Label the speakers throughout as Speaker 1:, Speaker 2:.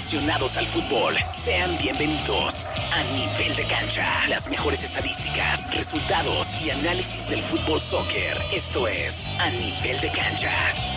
Speaker 1: aficionados al fútbol, sean bienvenidos a Nivel de Cancha. Las mejores estadísticas, resultados y análisis del fútbol soccer. Esto es A Nivel de Cancha.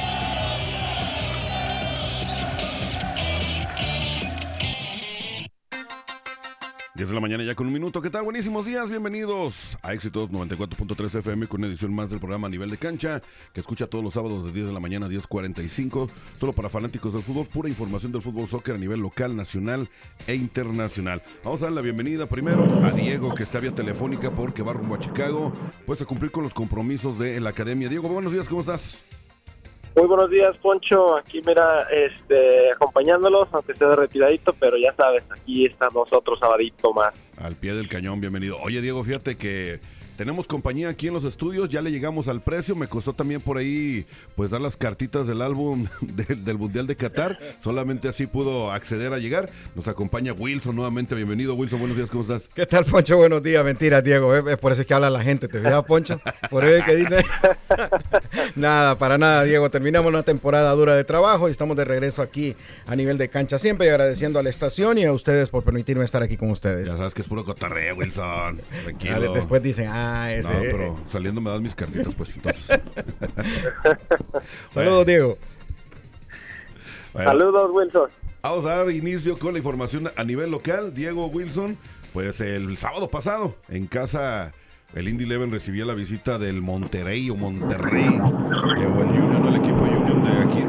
Speaker 2: 10 de la mañana ya con un minuto. ¿Qué tal? Buenísimos días, bienvenidos a Éxitos 94.3 FM con una edición más del programa Nivel de Cancha, que escucha todos los sábados de 10 de la mañana a 10:45, solo para fanáticos del fútbol, pura información del fútbol soccer a nivel local, nacional e internacional. Vamos a dar la bienvenida primero a Diego, que está vía telefónica porque va rumbo a Chicago, pues a cumplir con los compromisos de la academia. Diego, buenos días, ¿cómo estás?
Speaker 3: Muy buenos días, Poncho. Aquí, mira, acompañándolos, aunque esté de retiradito, pero ya sabes, aquí estamos otro sabadito más.
Speaker 2: Al pie del cañón, bienvenido. Oye, Diego, fíjate que tenemos compañía aquí en los estudios, ya le llegamos al precio, me costó también por ahí, pues, dar las cartitas del álbum del Mundial de Qatar, solamente así pudo acceder a llegar. Nos acompaña Wilson nuevamente, bienvenido, Wilson, buenos días, ¿cómo estás?
Speaker 4: ¿Qué tal, Poncho? Buenos días, mentira, Diego, es por eso es que habla la gente, ¿te fijas, Poncho? Por eso es que dice, nada, para nada, Diego, terminamos una temporada dura de trabajo y estamos de regreso aquí a Nivel de Cancha, siempre y agradeciendo a la estación y a ustedes por permitirme estar aquí con ustedes.
Speaker 2: Ya sabes que es puro cotarreo, Wilson, tranquilo.
Speaker 4: Después dicen, ese.
Speaker 2: No, pero saliendo me das mis cartitas, pues, entonces.
Speaker 4: Saludos, Diego.
Speaker 3: Bueno, saludos, Wilson.
Speaker 2: Vamos a dar inicio con la información a nivel local. Diego, Wilson, pues el sábado pasado, en casa, el Indy 11 recibía la visita del Monterrey, o el Union, el equipo Union de aquí,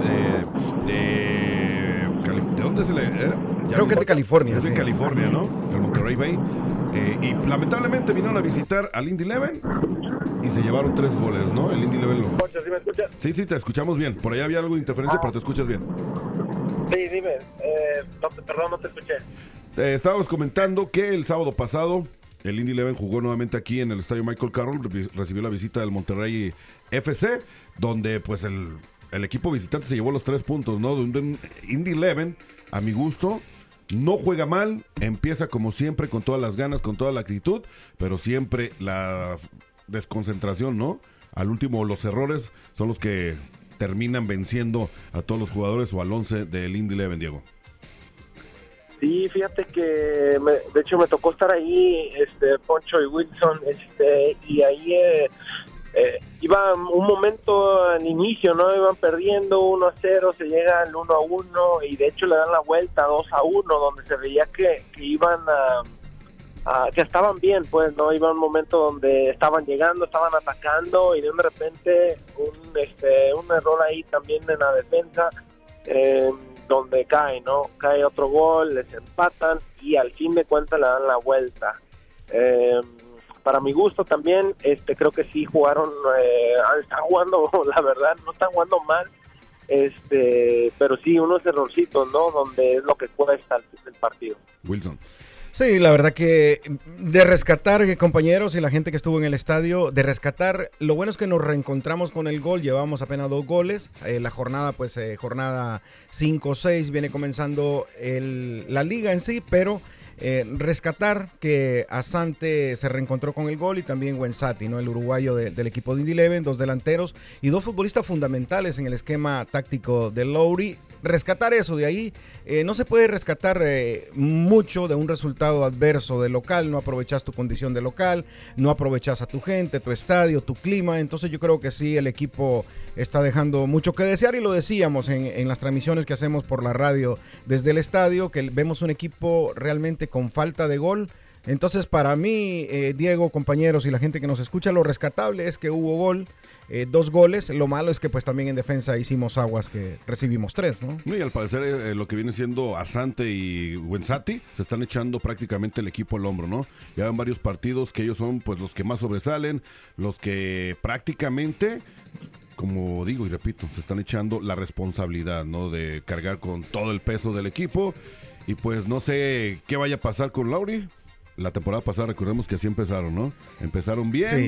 Speaker 2: ¿de dónde se le era?
Speaker 4: Creo que es de California.
Speaker 2: Es de California, ¿no? El Monterrey Bay. Y lamentablemente vinieron a visitar al Indy 11 y se llevaron 3 goles, ¿no? El Indy 11.
Speaker 3: Poncho, ¿sí me escuchas?
Speaker 2: Sí, te escuchamos bien. Por ahí había algo de interferencia, pero te escuchas bien.
Speaker 3: Sí, dime. Perdón, no te escuché.
Speaker 2: Estábamos comentando que el sábado pasado el Indy 11 jugó nuevamente aquí en el estadio Michael Carroll, recibió la visita del Monterrey FC, donde pues el equipo visitante se llevó los 3 puntos, ¿no? Indy 11, a mi gusto, no juega mal, empieza como siempre con todas las ganas, con toda la actitud, pero siempre la desconcentración, ¿no? Al último, los errores son los que terminan venciendo a todos los jugadores o al 11 del Indy 11, Diego.
Speaker 3: Sí, fíjate que de hecho me tocó estar ahí, Poncho y Wilson, y ahí iba un momento al inicio, ¿no? Iban perdiendo 1-0, se llega al 1-1 y de hecho le dan la vuelta 2-1, donde se veía que iban que estaban bien, pues, ¿no? Iba un momento donde estaban llegando, estaban atacando y de repente un error ahí también en la defensa, donde cae, ¿no? Cae otro gol, les empatan y al fin de cuentas le dan la vuelta. Para mi gusto también, creo que sí jugaron, están jugando, la verdad, no están jugando mal, pero sí unos errorcitos, ¿no? Donde es lo que cuesta el partido.
Speaker 2: Wilson.
Speaker 4: Sí, la verdad que de rescatar, compañeros y la gente que estuvo en el estadio, de rescatar, lo bueno es que nos reencontramos con el gol, llevamos apenas 2 goles, la jornada, pues jornada 5-6, viene comenzando la liga en sí, pero rescatar que Asante se reencontró con el gol y también Wensati, ¿no? El uruguayo del equipo de Indy 11, 2 delanteros y 2 futbolistas fundamentales en el esquema táctico de Lowry. Rescatar eso, de ahí no se puede rescatar mucho de un resultado adverso de local, no aprovechas tu condición de local, no aprovechas a tu gente, tu estadio, tu clima, entonces yo creo que sí, el equipo está dejando mucho que desear y lo decíamos en las transmisiones que hacemos por la radio desde el estadio, que vemos un equipo realmente con falta de gol. Entonces para mí, Diego, compañeros y la gente que nos escucha, lo rescatable es que hubo gol, 2 goles, lo malo es que pues también en defensa hicimos aguas que recibimos 3, ¿no?
Speaker 2: Y al parecer lo que viene siendo Asante y Wensati se están echando prácticamente el equipo al hombro, ¿no? Ya van varios partidos que ellos son pues los que más sobresalen, los que prácticamente, como digo y repito, se están echando la responsabilidad, ¿no? De cargar con todo el peso del equipo y pues no sé qué vaya a pasar con Lowry. La temporada pasada recordemos que así empezaron, ¿no? Empezaron bien.
Speaker 4: Sí.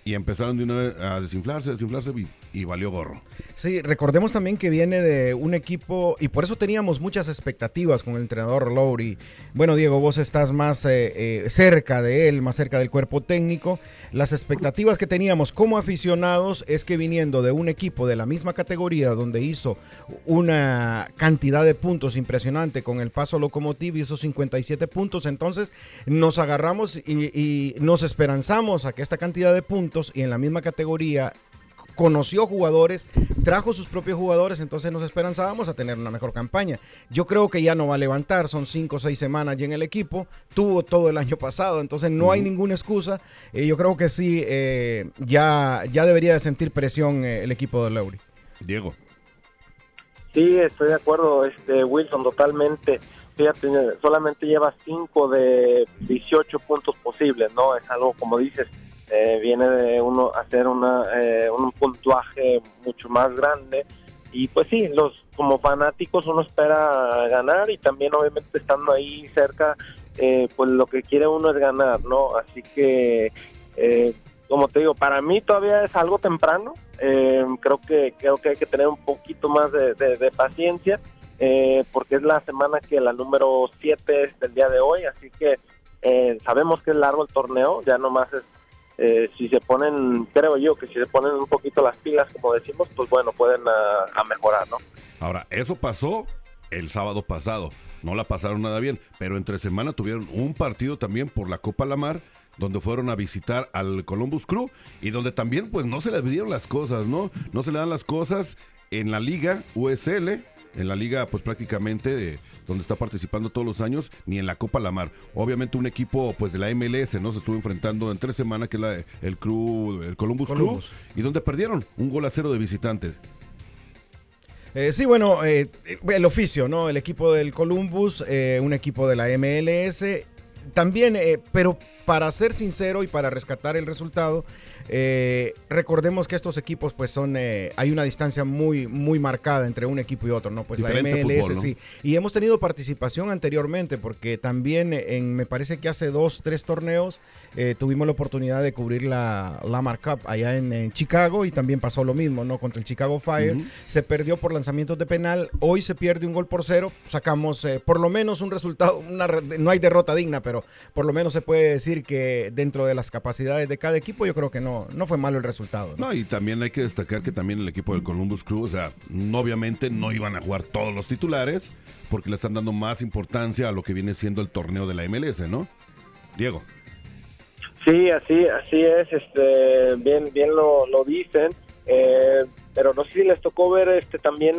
Speaker 2: y empezaron de una vez a desinflarse y valió gorro.
Speaker 4: Sí, recordemos también que viene de un equipo, y por eso teníamos muchas expectativas con el entrenador Lowry. Bueno, Diego, vos estás más cerca de él, más cerca del cuerpo técnico. Las expectativas que teníamos como aficionados es que viniendo de un equipo de la misma categoría, donde hizo una cantidad de puntos impresionante con el Paso Locomotive, hizo 57 puntos, entonces nos agarramos y nos esperanzamos a que esta cantidad de puntos y en la misma categoría conoció jugadores, trajo sus propios jugadores, entonces nos esperanzábamos a tener una mejor campaña. Yo creo que ya no va a levantar, son 5 o 6 semanas ya en el equipo, tuvo todo el año pasado, entonces no hay ninguna excusa. Yo creo que sí, ya debería de sentir presión el equipo de Lowry.
Speaker 2: Diego.
Speaker 3: Sí, estoy de acuerdo, Wilson, totalmente. Fíjate, solamente lleva 5 de 18 puntos posibles, ¿no? Es algo, como dices, viene de uno hacer un puntuaje mucho más grande y pues sí, como fanáticos uno espera ganar y también obviamente estando ahí cerca, pues lo que quiere uno es ganar, ¿no? Así que como te digo, para mí todavía es algo temprano. Creo que hay que tener un poquito más de paciencia, porque es la semana que la número 7 es del día de hoy, así que sabemos que es largo el torneo, ya nomás es si se ponen, creo yo que si se ponen un poquito las pilas, como decimos, pues bueno, pueden a mejorar, ¿no?
Speaker 2: Ahora, eso pasó el sábado pasado, no la pasaron nada bien, pero entre semana tuvieron un partido también por la Copa Lamar, donde fueron a visitar al Columbus Crew y donde también pues no se les dieron las cosas, ¿no? No se le dan las cosas en la liga USL, en la liga pues prácticamente donde está participando todos los años, ni en la Copa Lamar. Obviamente un equipo pues de la MLS, ¿no? Se estuvo enfrentando en 3 semanas, que es el Columbus Crew, y donde perdieron 1-0 de visitantes.
Speaker 4: Sí, bueno, el oficio, ¿no? El equipo del Columbus, un equipo de la MLS, también, pero para ser sincero y para rescatar el resultado, recordemos que estos equipos pues son, hay una distancia muy marcada entre un equipo y otro, ¿no? Pues diferente la MLS, fútbol, ¿no? Sí, y hemos tenido participación anteriormente porque también me parece que hace 2-3 torneos tuvimos la oportunidad de cubrir la Lamar Cup allá en Chicago y también pasó lo mismo, ¿no? Contra el Chicago Fire, se perdió por lanzamientos de penal, hoy se pierde 1-0, sacamos por lo menos un resultado, no hay derrota digna, pero por lo menos se puede decir que dentro de las capacidades de cada equipo yo creo que no fue malo el resultado, ¿no?
Speaker 2: No, y también hay que destacar que también el equipo del Columbus Crew, o sea, obviamente no iban a jugar todos los titulares porque le están dando más importancia a lo que viene siendo el torneo de la MLS, ¿no? Diego.
Speaker 3: Sí, así es, bien lo dicen, pero no sé si les tocó ver también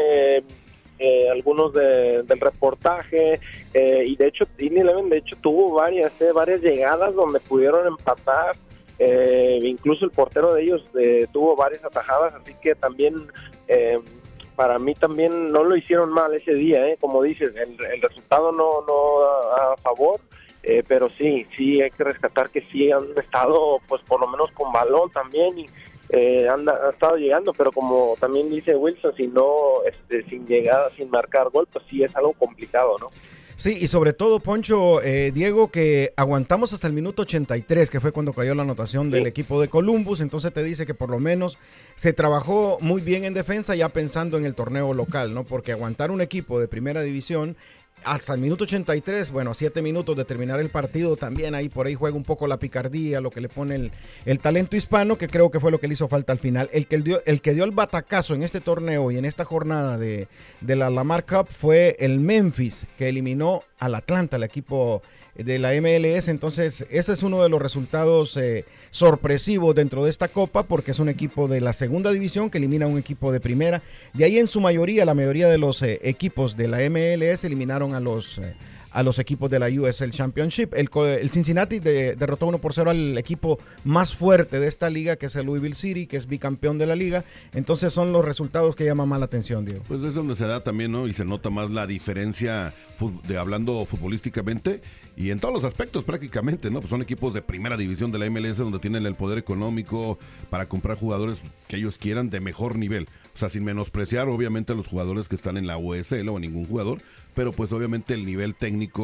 Speaker 3: algunos del reportaje, y de hecho Indy 11 de hecho tuvo varias llegadas donde pudieron empatar, incluso el portero de ellos tuvo varias atajadas, así que también para mí también no lo hicieron mal ese día, como dices, el resultado no a favor, pero sí hay que rescatar que sí han estado pues por lo menos con balón también y han estado llegando, pero como también dice Wilson, si no sin llegada, sin marcar gol, pues sí es algo complicado, ¿no?
Speaker 4: Sí, y sobre todo, Poncho, Diego, que aguantamos hasta el minuto 83, que fue cuando cayó la anotación del equipo de Columbus, entonces te dice que por lo menos se trabajó muy bien en defensa ya pensando en el torneo local, ¿no? Porque aguantar un equipo de primera división hasta el minuto 83, bueno, a 7 minutos de terminar el partido, también ahí por ahí juega un poco la picardía, lo que le pone el talento hispano, que creo que fue lo que le hizo falta al final. El que dio el batacazo en este torneo y en esta jornada de la Lamar Cup fue el Memphis, que eliminó al Atlanta, el equipo de la MLS. Entonces ese es uno de los resultados sorpresivos dentro de esta copa, porque es un equipo de la segunda división que elimina a un equipo de primera. De ahí en su mayoría, la mayoría de los equipos de la MLS eliminaron a los equipos de la USL Championship. El Cincinnati derrotó 1-0 al equipo más fuerte de esta liga, que es el Louisville City, que es bicampeón de la liga. Entonces son los resultados que llaman más la atención, Diego.
Speaker 2: Pues es donde se da también, ¿no? Y se nota más la diferencia hablando futbolísticamente y en todos los aspectos prácticamente, ¿no? Pues son equipos de primera división de la MLS donde tienen el poder económico para comprar jugadores que ellos quieran de mejor nivel. O sea, sin menospreciar obviamente a los jugadores que están en la USL o a ningún jugador, pero pues obviamente el nivel técnico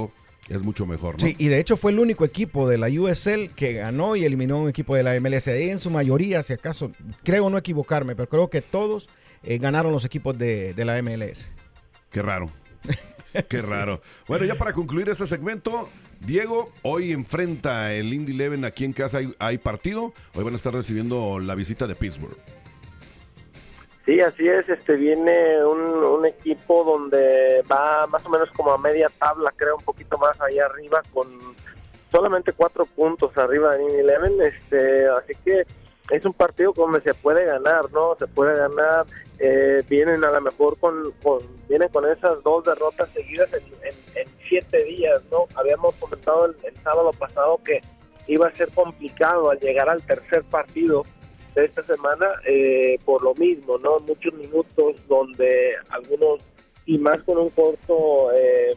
Speaker 2: es mucho mejor, ¿no?
Speaker 4: Sí, y de hecho fue el único equipo de la USL que ganó y eliminó a un equipo de la MLS. Ahí en su mayoría, si acaso, creo no equivocarme, pero creo que todos ganaron los equipos de la MLS.
Speaker 2: Qué raro. Qué raro. Bueno, ya para concluir este segmento, Diego, hoy enfrenta el Indy 11 aquí en casa, hay partido. Hoy van a estar recibiendo la visita de Pittsburgh.
Speaker 3: Sí, así es. Viene un equipo donde va más o menos como a media tabla, creo, un poquito más allá arriba, con solamente 4 puntos arriba de Indy 11. Así que es un partido donde se puede ganar, ¿no? Se puede ganar. Vienen a lo mejor vienen con esas 2 derrotas seguidas en 7 días, ¿no? Habíamos comentado el sábado pasado que iba a ser complicado al llegar al tercer partido de esta semana, por lo mismo, ¿no? Muchos minutos donde algunos, y más con un corto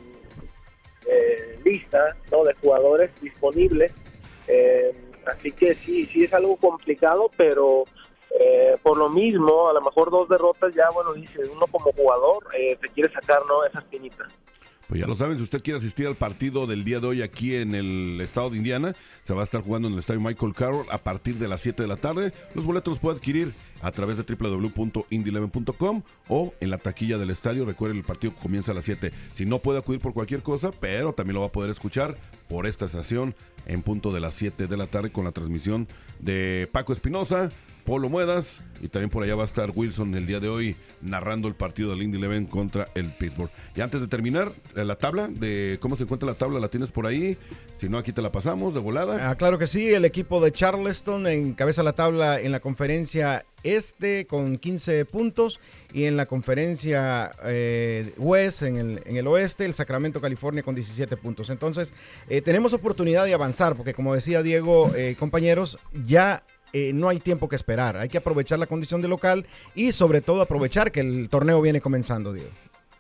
Speaker 3: lista, ¿no? De jugadores disponibles. Así que sí es algo complicado, pero por lo mismo, a lo mejor 2 derrotas ya, bueno, dice uno como jugador, te quiere sacar, ¿no? Esas pinitas.
Speaker 2: Pues ya lo saben, si usted quiere asistir al partido del día de hoy aquí en el estado de Indiana, se va a estar jugando en el estadio Michael Carroll a partir de las 7 de la tarde. Los boletos los puede adquirir a través de www.indy11.com o en la taquilla del estadio. Recuerden, el partido comienza a las 7. Si no puede acudir por cualquier cosa, pero también lo va a poder escuchar por esta estación en punto de las 7 de la tarde con la transmisión de Paco Espinosa, Polo Muedas, y también por allá va a estar Wilson el día de hoy narrando el partido del Indy 11 contra el Pittsburgh. Y antes de terminar, la tabla de cómo se encuentra la tabla, ¿la tienes por ahí? Si no, aquí te la pasamos de volada.
Speaker 4: Claro que sí, el equipo de Charleston encabeza la tabla en la conferencia este con 15 puntos y en la conferencia West, en el oeste, el Sacramento, California con 17 puntos. Entonces, tenemos oportunidad de avanzar porque, como decía Diego, compañeros, ya no hay tiempo que esperar. Hay que aprovechar la condición de local y sobre todo aprovechar que el torneo viene comenzando, Diego.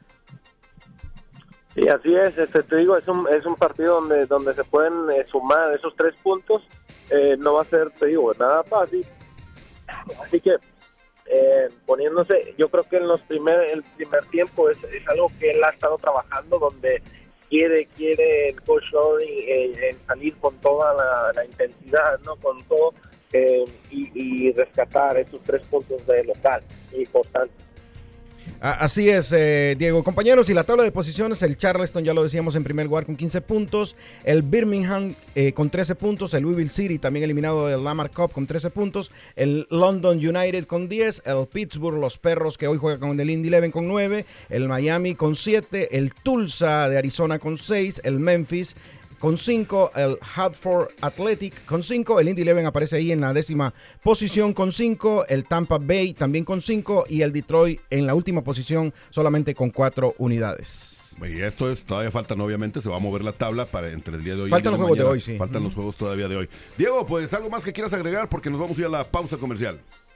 Speaker 3: Sí, así es. Te digo, es un partido donde se pueden sumar esos 3 puntos. No va a ser, te digo, nada fácil. Así que poniéndose, yo creo que el primer tiempo es algo que él ha estado trabajando, donde quiere el coach Lowry salir con toda la intensidad, ¿no? Con todo, y rescatar esos 3 puntos de local, importante.
Speaker 4: Así es, Diego. Compañeros, y la tabla de posiciones, el Charleston, ya lo decíamos, en primer lugar con 15 puntos, el Birmingham con 13 puntos, el Louisville City también eliminado del Lamar Cup con 13 puntos, el London United con 10, el Pittsburgh, los Perros que hoy juegan con el Indy 11 con 9, el Miami con 7, el Tulsa de Arizona con 6, el Memphis con 5, el Hartford Athletic con 5, el Indy 11 aparece ahí en la 10ª posición con 5, el Tampa Bay también con 5 y el Detroit en la última posición solamente con 4 unidades.
Speaker 2: Y esto todavía faltan, obviamente, se va a mover la tabla para entre el día de hoy
Speaker 4: faltan
Speaker 2: y el día
Speaker 4: los
Speaker 2: de
Speaker 4: juegos
Speaker 2: mañana.
Speaker 4: de hoy, sí.
Speaker 2: Faltan los juegos todavía de hoy. Diego, pues algo más que quieras agregar porque nos vamos a ir a la pausa comercial.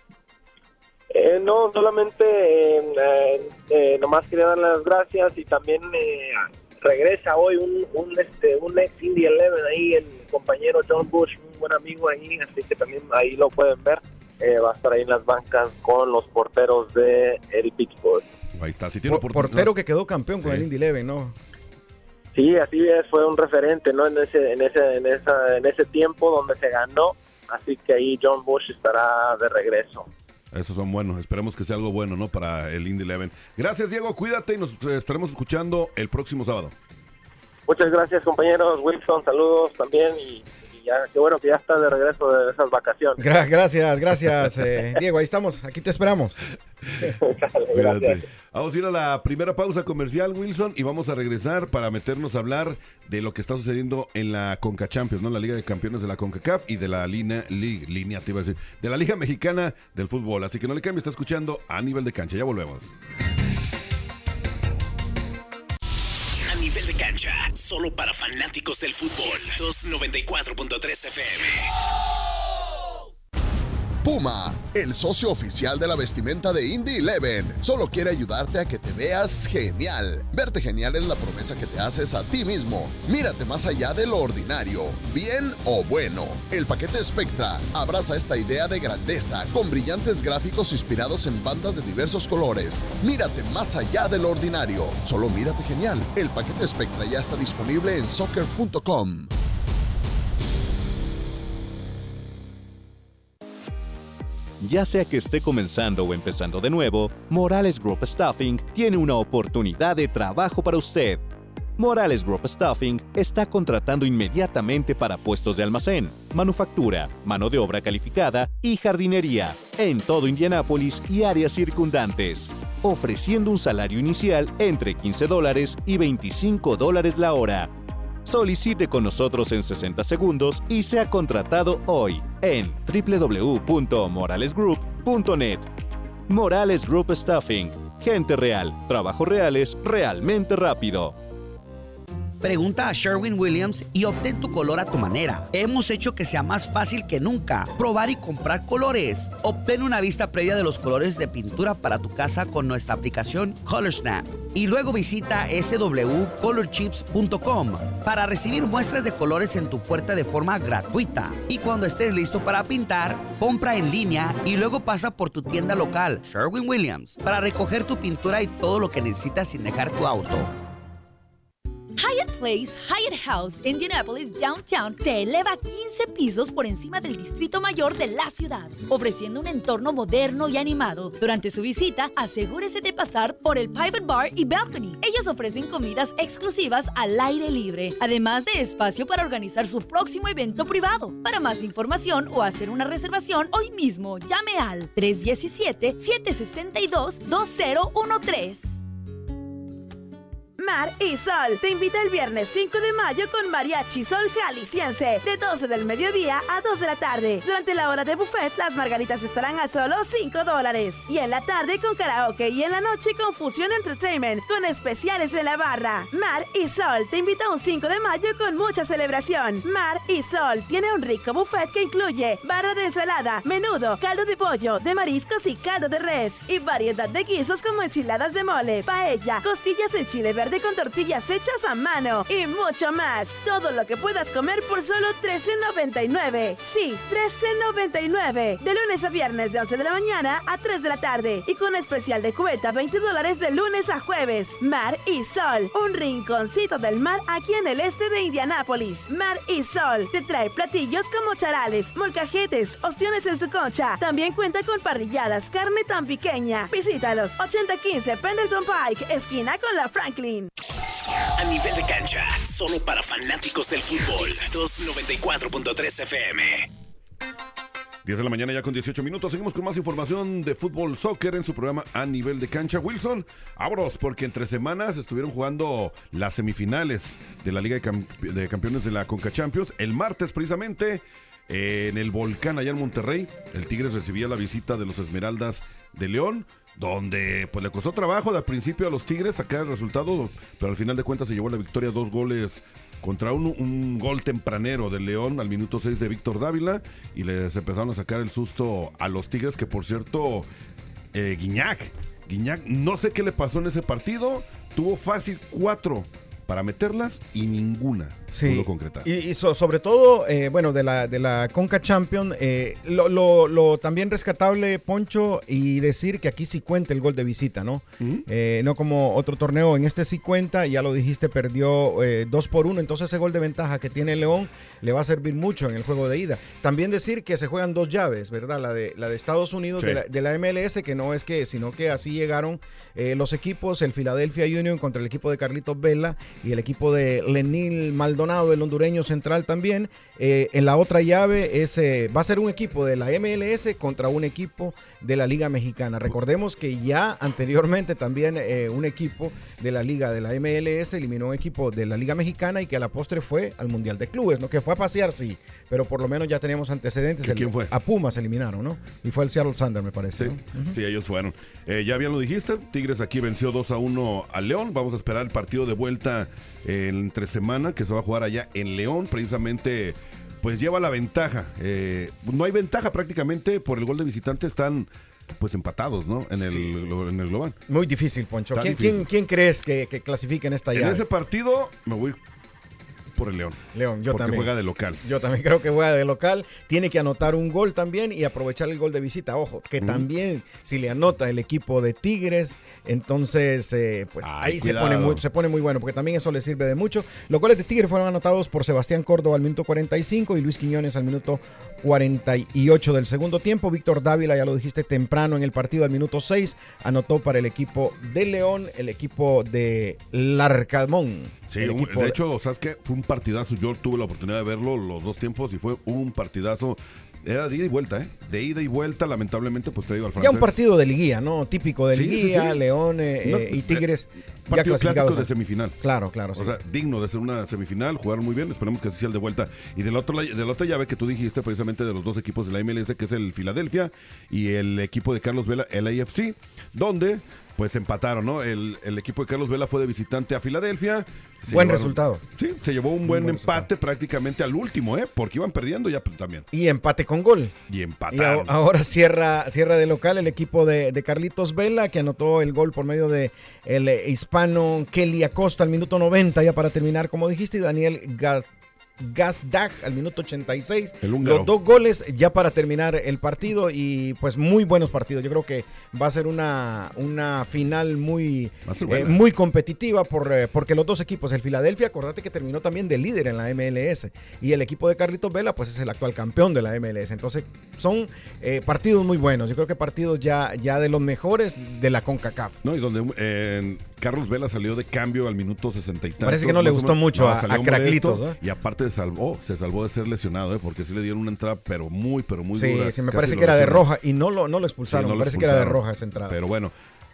Speaker 3: No, solamente nomás quería dar las gracias y también regresa hoy un ex Indy 11 ahí, el compañero John Bush, un buen amigo ahí, así que también ahí lo pueden ver. Va a estar ahí en las bancas con los porteros de el Pittsburgh.
Speaker 2: Ahí está, si tiene
Speaker 4: portero que quedó campeón con el Indy 11, ¿no?
Speaker 3: Sí, así es, fue un referente, ¿no? En ese tiempo donde se ganó, así que ahí John Bush estará de regreso.
Speaker 2: Esos son buenos, esperemos que sea algo bueno, ¿no? Para el Indy 11. Gracias, Diego, cuídate y nos estaremos escuchando el próximo sábado.
Speaker 3: Muchas gracias, compañeros. Wilson, saludos también y ya, qué bueno que ya estás de regreso de esas vacaciones.
Speaker 4: Gracias, Diego, ahí estamos, aquí te esperamos.
Speaker 3: Gracias.
Speaker 2: Vamos a ir a la primera pausa comercial, Wilson, y vamos a regresar para meternos a hablar de lo que está sucediendo en la Conca Champions, ¿no? La Liga de Campeones de la CONCACAF y de la de la Liga Mexicana del Fútbol. Así que no le cambie, está escuchando A Nivel de Cancha. Ya volvemos.
Speaker 1: A Nivel de Cancha, solo para fanáticos del fútbol. 294.3 FM.
Speaker 5: Puma el socio oficial de la vestimenta de Indy 11, solo quiere ayudarte a que te veas genial. Verte genial es la promesa que te haces a ti mismo. Mírate más allá de lo ordinario, bien o bueno. El paquete Spectra abraza esta idea de grandeza con brillantes gráficos inspirados en bandas de diversos colores. Mírate más allá de lo ordinario, solo mírate genial. El paquete Spectra ya está disponible en soccer.com.
Speaker 6: Ya sea que esté comenzando o empezando de nuevo, Morales Group Staffing tiene una oportunidad de trabajo para usted. Morales Group Staffing está contratando inmediatamente para puestos de almacén, manufactura, mano de obra calificada y jardinería en todo Indianápolis y áreas circundantes, ofreciendo un salario inicial entre $15 y $25 la hora. Solicite con nosotros en 60 segundos y sea contratado hoy en www.moralesgroup.net. Morales Group Staffing. Gente real, trabajos reales, realmente rápido.
Speaker 7: Pregunta a Sherwin-Williams y obtén tu color a tu manera. Hemos hecho que sea más fácil que nunca probar y comprar colores. Obtén una vista previa de los colores de pintura para tu casa con nuestra aplicación ColorSnap. Y luego visita swcolorchips.com para recibir muestras de colores en tu puerta de forma gratuita. Y cuando estés listo para pintar, compra en línea y luego pasa por tu tienda local, Sherwin-Williams, para recoger tu pintura y todo lo que necesitas sin dejar tu auto.
Speaker 8: Hyatt Place, Hyatt House, Indianapolis Downtown se eleva 15 pisos por encima del Distrito Mayor de la ciudad, ofreciendo un entorno moderno y animado. Durante su visita, asegúrese de pasar por el Private Bar y Balcony. Ellos ofrecen comidas exclusivas al aire libre, además de espacio para organizar su próximo evento privado. Para más información o hacer una reservación hoy mismo, llame al 317-762-2013.
Speaker 9: Mar y Sol te invita el viernes 5 de mayo con Mariachi Sol Jalisciense de 12 del mediodía a 2 de la tarde. Durante la hora de buffet, las margaritas estarán a solo $5. Y en la tarde con karaoke y en la noche con Fusión Entertainment con especiales en la barra. Mar y Sol te invita un 5 de mayo con mucha celebración. Mar y Sol tiene un rico buffet que incluye barra de ensalada, menudo, caldo de pollo, de mariscos y caldo de res. Y variedad de guisos como enchiladas de mole, paella, costillas en chile verde con tortillas hechas a mano y mucho más. Todo lo que puedas comer por solo $13.99. Sí, $13.99. De lunes a viernes de 11 de la mañana a 3 de la tarde. Y con especial de cubeta $20 de lunes a jueves. Mar y Sol, un rinconcito del mar aquí en el este de Indianápolis. Mar y Sol te trae platillos como charales, molcajetes, ostiones en su concha. También cuenta con parrilladas, carne tan pequeña. Visítalos, 8015 Pendleton Pike, esquina con la Franklin.
Speaker 1: A nivel de cancha, solo para fanáticos del fútbol. 294.3 FM.
Speaker 2: 10 de la mañana ya con 18 minutos. Seguimos con más información de fútbol soccer en su programa A Nivel de Cancha. Wilson, abros, porque entre semanas estuvieron jugando las semifinales de la Liga de Campeones de la Conca Champions. El martes, precisamente, en el Volcán, allá en Monterrey, el Tigres recibía la visita de los Esmeraldas de León, donde pues le costó trabajo al principio a los Tigres sacar el resultado, pero al final de cuentas se llevó la victoria 2 goles contra un gol tempranero del León al minuto 6 de Víctor Dávila, y les empezaron a sacar el susto a los Tigres, que por cierto, Guiñac, no sé qué le pasó en ese partido, tuvo fácil 4 para meterlas y ninguna pudo concretar.
Speaker 4: Y sobre todo, bueno, de la Conca Champions, lo también rescatable, Poncho, y decir que aquí sí cuenta el gol de visita, ¿no? No como otro torneo, en este sí cuenta, ya lo dijiste, perdió 2-1, entonces ese gol de ventaja que tiene León le va a servir mucho en el juego de ida. También decir que se juegan 2 llaves, ¿verdad? La de Estados Unidos, sí, de la MLS, que no es que, sino que así llegaron los equipos, el Philadelphia Union contra el equipo de Carlitos Vela y el equipo de Lenil Maldonado, el hondureño central también. En la otra llave va a ser un equipo de la MLS contra un equipo de la Liga Mexicana. Recordemos que ya anteriormente también un equipo de la Liga de la MLS eliminó un equipo de la Liga Mexicana y que a la postre fue al Mundial de Clubes, ¿no? Que fue a pasear, sí, pero por lo menos ya teníamos antecedentes.
Speaker 2: ¿Quién fue?
Speaker 4: A Pumas eliminaron, ¿no? Y fue el Seattle Sander, me parece.
Speaker 2: Sí, ¿no? Sí, ellos fueron. Ya bien lo dijiste, Tigres aquí venció 2-1 al León. Vamos a esperar el partido de vuelta entre semana, que se va a jugar allá en León, precisamente pues lleva la ventaja. No hay ventaja prácticamente por el gol de visitante, están pues empatados, ¿no? En el global.
Speaker 4: Muy difícil, Poncho. ¿Quién crees que clasifique en esta llave?
Speaker 2: En ese partido me voy por el León.
Speaker 4: Yo
Speaker 2: porque
Speaker 4: también.
Speaker 2: Juega de local.
Speaker 4: Yo también creo que juega de local. Tiene que anotar un gol también y aprovechar el gol de visita. Ojo, que también si le anota el equipo de Tigres, entonces pues ahí se pone muy bueno, porque también eso le sirve de mucho. Los goles de Tigres fueron anotados por Sebastián Córdoba al minuto 45 y Luis Quiñones al minuto 48 del segundo tiempo. Víctor Dávila, ya lo dijiste temprano en el partido, al minuto 6, anotó para el equipo de León, el equipo de Larcamón.
Speaker 2: Sí, de hecho, ¿sabes qué? Fue un partidazo. Yo tuve la oportunidad de verlo los dos tiempos y fue un partidazo. Era de ida y vuelta, ¿eh? De ida y vuelta, lamentablemente, pues te digo al francés.
Speaker 4: Ya un partido de liguilla, ¿no? Típico de liguilla, sí. León y Tigres.
Speaker 2: Partido clásico de semifinal.
Speaker 4: Claro, sí.
Speaker 2: O sea, digno de ser una semifinal, jugaron muy bien, esperemos que así sea el de vuelta. Y de la otra llave que tú dijiste, precisamente de los dos equipos de la MLS, que es el Philadelphia y el equipo de Carlos Vela, el AFC, donde pues empataron, ¿no? El equipo de Carlos Vela fue de visitante a Filadelfia.
Speaker 4: Buen resultado.
Speaker 2: Sí, se llevó un buen empate prácticamente al último, porque iban perdiendo ya también.
Speaker 4: Y empate con gol.
Speaker 2: Y empataron.
Speaker 4: Y ahora cierra de local el equipo de Carlitos Vela, que anotó el gol por medio de el hispano Kelly Acosta al minuto 90, ya para terminar, como dijiste, y Daniel Gazdag al minuto 86. Los dos goles ya para terminar el partido y pues muy buenos partidos. Yo creo que va a ser una final muy competitiva porque los dos equipos, el Philadelphia, acordate que terminó también de líder en la MLS y el equipo de Carlitos Vela pues es el actual campeón de la MLS. Entonces son partidos muy buenos. Yo creo que partidos ya de los mejores de la CONCACAF.
Speaker 2: No, y donde Carlos Vela salió de cambio al minuto 60 y tantos.
Speaker 4: Parece que no le gustó mucho a Craclitos, ¿eh?
Speaker 2: Y aparte se salvó de ser lesionado, porque sí le dieron una entrada pero muy dura.
Speaker 4: Sí, me parece que era de roja y no lo expulsaron. Me parece que era de roja esa entrada.
Speaker 2: Pero bueno,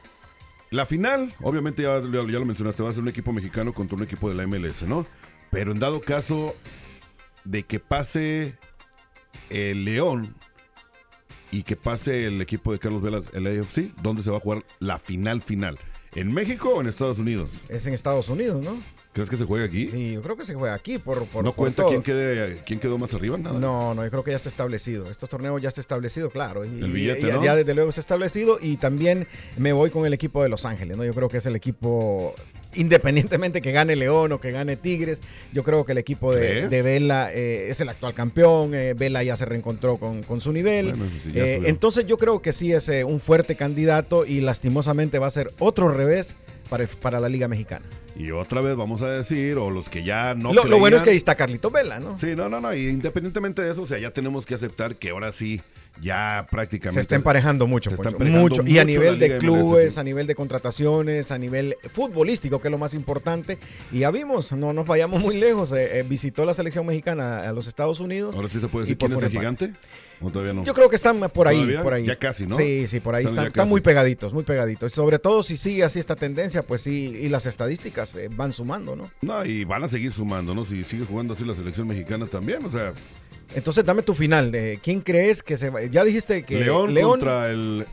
Speaker 2: la final, obviamente ya lo mencionaste, va a ser un equipo mexicano contra un equipo de la MLS, ¿no? Pero en dado caso de que pase el León y que pase el equipo de Carlos Vela, el AFC, ¿dónde se va a jugar la final? ¿En México o en Estados Unidos?
Speaker 4: Es en Estados Unidos, ¿no?
Speaker 2: ¿Crees que se juega aquí?
Speaker 4: Sí, yo creo que se juega aquí.
Speaker 2: ¿No cuenta quién quedó más arriba? Nada.
Speaker 4: No, yo creo que ya está establecido. Estos torneos ya está establecido, claro.
Speaker 2: El billete, ¿no?
Speaker 4: Ya desde luego está establecido y también me voy con el equipo de Los Ángeles, ¿no? Yo creo que es el equipo, independientemente que gane León o que gane Tigres, yo creo que el equipo de Vela es el actual campeón. Vela ya se reencontró con su nivel. Bueno, sí, entonces yo creo que sí es un fuerte candidato y lastimosamente va a ser otro revés para la Liga Mexicana.
Speaker 2: Y otra vez vamos a decir, o los que ya no
Speaker 4: lo bueno es que ahí está Carlitos Vela, ¿no?
Speaker 2: Sí, no, y independientemente de eso, o sea, ya tenemos que aceptar que ahora sí, ya prácticamente...
Speaker 4: Se está emparejando mucho. Y a nivel de clubes, a nivel de contrataciones, a nivel futbolístico, que es lo más importante. Y ya vimos, no nos vayamos muy lejos, visitó la selección mexicana a los Estados Unidos.
Speaker 2: Ahora sí se puede decir quién es el gigante. ¿O todavía no?
Speaker 4: Yo creo que están por ahí.
Speaker 2: Ya casi, ¿no?
Speaker 4: Sí, por ahí están muy pegaditos. Sobre todo si sigue así esta tendencia, pues sí, y las estadísticas van sumando, ¿no?
Speaker 2: No, y van a seguir sumando, ¿no? Si sigue jugando así la selección mexicana también, o sea...
Speaker 4: Entonces dame tu final, de ¿quién crees que se va? Ya dijiste que
Speaker 2: León contra el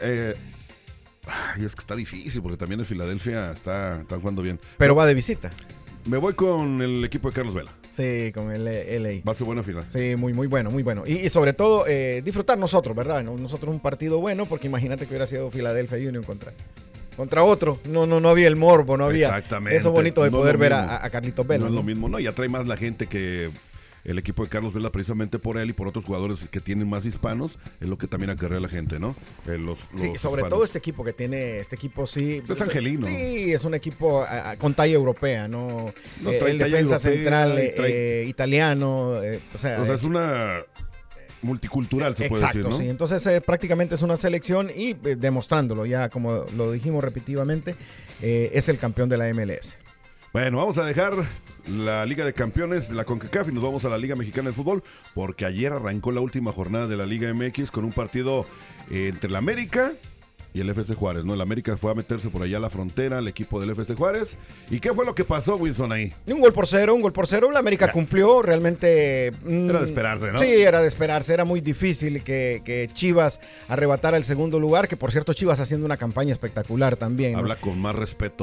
Speaker 2: es que está difícil, porque también el Filadelfia está jugando bien.
Speaker 4: Pero va de visita.
Speaker 2: Me voy con el equipo de Carlos Vela.
Speaker 4: Sí, con el LA.
Speaker 2: Va a ser buena final.
Speaker 4: Sí, muy bueno. Y sobre todo disfrutar nosotros, ¿verdad? Nosotros un partido bueno, porque imagínate que hubiera sido Philadelphia Union contra otro. No había el morbo, no había eso bonito de poder ver a Carlitos Vela.
Speaker 2: No es lo mismo, ¿no? Y atrae más la gente que el equipo de Carlos Vela, precisamente por él y por otros jugadores que tienen más hispanos, es lo que también acarrea a la gente, ¿no?
Speaker 4: Sí, sobre todo este equipo sí.
Speaker 2: Es angelino.
Speaker 4: Sí, es un equipo con talla europea, ¿no? El defensa central italiano, o sea,
Speaker 2: es una multicultural, se puede decir, ¿no?
Speaker 4: Sí. Entonces prácticamente es una selección y demostrándolo ya, como lo dijimos repetitivamente, es el campeón de la MLS.
Speaker 2: Bueno, vamos a dejar la Liga de Campeones, la CONCACAF, y nos vamos a la Liga Mexicana de Fútbol, porque ayer arrancó la última jornada de la Liga MX con un partido entre la América y el FC Juárez, ¿no? El América fue a meterse por allá a la frontera, el equipo del FC Juárez. ¿Y qué fue lo que pasó, Wilson, ahí?
Speaker 4: Un gol por cero. La América cumplió, realmente...
Speaker 2: Era de esperarse, ¿no?
Speaker 4: Sí, era de esperarse. Era muy difícil que Chivas arrebatara el segundo lugar, que por cierto Chivas haciendo una campaña espectacular también, ¿no?
Speaker 2: Habla con más respeto,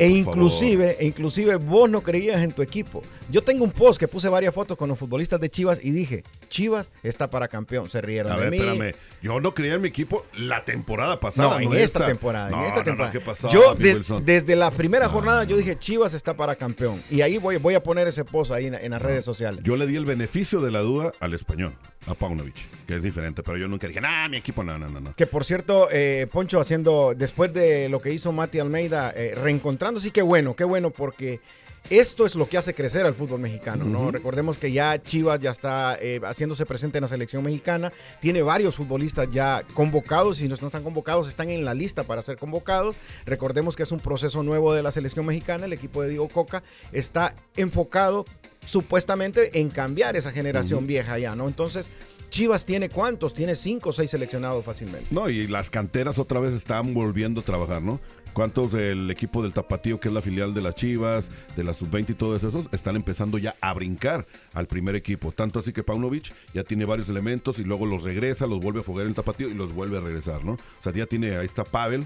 Speaker 4: inclusive vos no creías en tu equipo. Yo tengo un post que puse varias fotos con los futbolistas de Chivas y dije, Chivas está para campeón. Se rieron de mí.
Speaker 2: Espérame. Yo no creía en mi equipo la temporada pasada.
Speaker 4: En esta temporada.
Speaker 2: ¿Qué pasó,
Speaker 4: yo desde la primera jornada yo dije, Chivas está para campeón. Y ahí voy a poner ese post ahí en las redes sociales.
Speaker 2: Yo le di el beneficio de la duda al Español, a Paunovic, que es diferente, pero yo nunca dije, mi equipo, no.
Speaker 4: Que por cierto, Poncho, después de lo que hizo Mati Almeida, reencontrándose, qué bueno, porque esto es lo que hace crecer al fútbol mexicano, ¿no? Recordemos que ya Chivas ya está haciéndose presente en la selección mexicana, tiene varios futbolistas ya convocados, y si no están convocados, están en la lista para ser convocados. Recordemos que es un proceso nuevo de la selección mexicana, el equipo de Diego Coca está enfocado supuestamente en cambiar esa generación vieja ya, ¿no? Entonces, Chivas tiene ¿cuántos? Tiene 5 o 6 seleccionados fácilmente.
Speaker 2: No, y las canteras otra vez están volviendo a trabajar, ¿no? ¿Cuántos del equipo del Tapatío, que es la filial de las Chivas, de la Sub-20 y todos esos, están empezando ya a brincar al primer equipo? Tanto así que Paunovic ya tiene varios elementos y luego los regresa, los vuelve a jugar en el Tapatío y los vuelve a regresar, ¿no? O sea, ya tiene, ahí está Pavel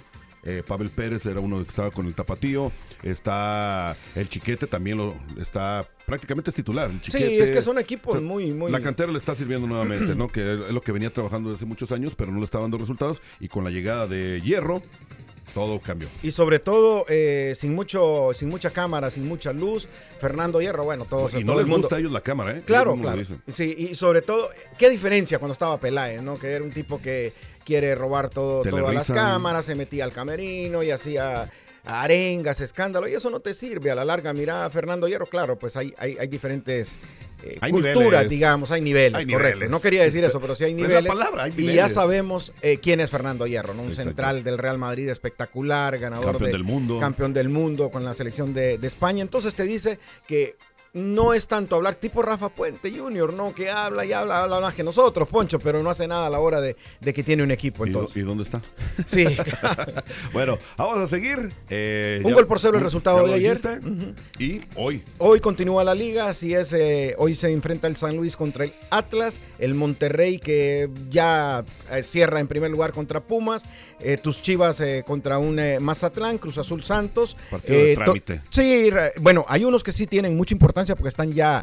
Speaker 2: Pérez, era uno que estaba con el Tapatío, está el Chiquete, también está prácticamente es titular. El Chiquete,
Speaker 4: sí, es que son equipos muy...
Speaker 2: La cantera le está sirviendo nuevamente, ¿no? Que es lo que venía trabajando desde muchos años, pero no le está dando resultados, y con la llegada de Hierro, todo cambió.
Speaker 4: Y sobre todo, sin mucha cámara, sin mucha luz, Fernando Hierro, bueno, todos...
Speaker 2: Y no les gusta a ellos la cámara, ¿eh?
Speaker 4: Claro. Sí, y sobre todo, ¿qué diferencia cuando estaba Peláez, ¿no? Que era un tipo que quiere robar todas las cámaras, se metía al camerino y hacía arengas, escándalo, y eso no te sirve a la larga. Mira a Fernando Hierro, claro, pues hay diferentes...
Speaker 2: hay
Speaker 4: culturas,
Speaker 2: niveles.
Speaker 4: Digamos, hay niveles, correcto. No quería decir eso, pero sí hay niveles.
Speaker 2: Es la palabra, hay niveles.
Speaker 4: Y ya sabemos quién es Fernando Hierro, ¿no? Un central del Real Madrid espectacular, ganador campeón del mundo con la selección de España. Entonces te dice que no es tanto hablar tipo Rafa Puente Jr., ¿no? Que habla más que nosotros, Poncho, pero no hace nada a la hora de que tiene un equipo. Entonces.
Speaker 2: ¿Y dónde está?
Speaker 4: Sí.
Speaker 2: Bueno, vamos a seguir.
Speaker 4: Un gol por cero el resultado de ayer.
Speaker 2: Y hoy.
Speaker 4: Hoy continúa la liga, así es. Hoy se enfrenta el San Luis contra el Atlas, el Monterrey que ya cierra en primer lugar contra Pumas, tus Chivas contra un Mazatlán, Cruz Azul Santos.
Speaker 2: Partido de trámite.
Speaker 4: Sí, bueno, hay unos que sí tienen mucha importancia porque están ya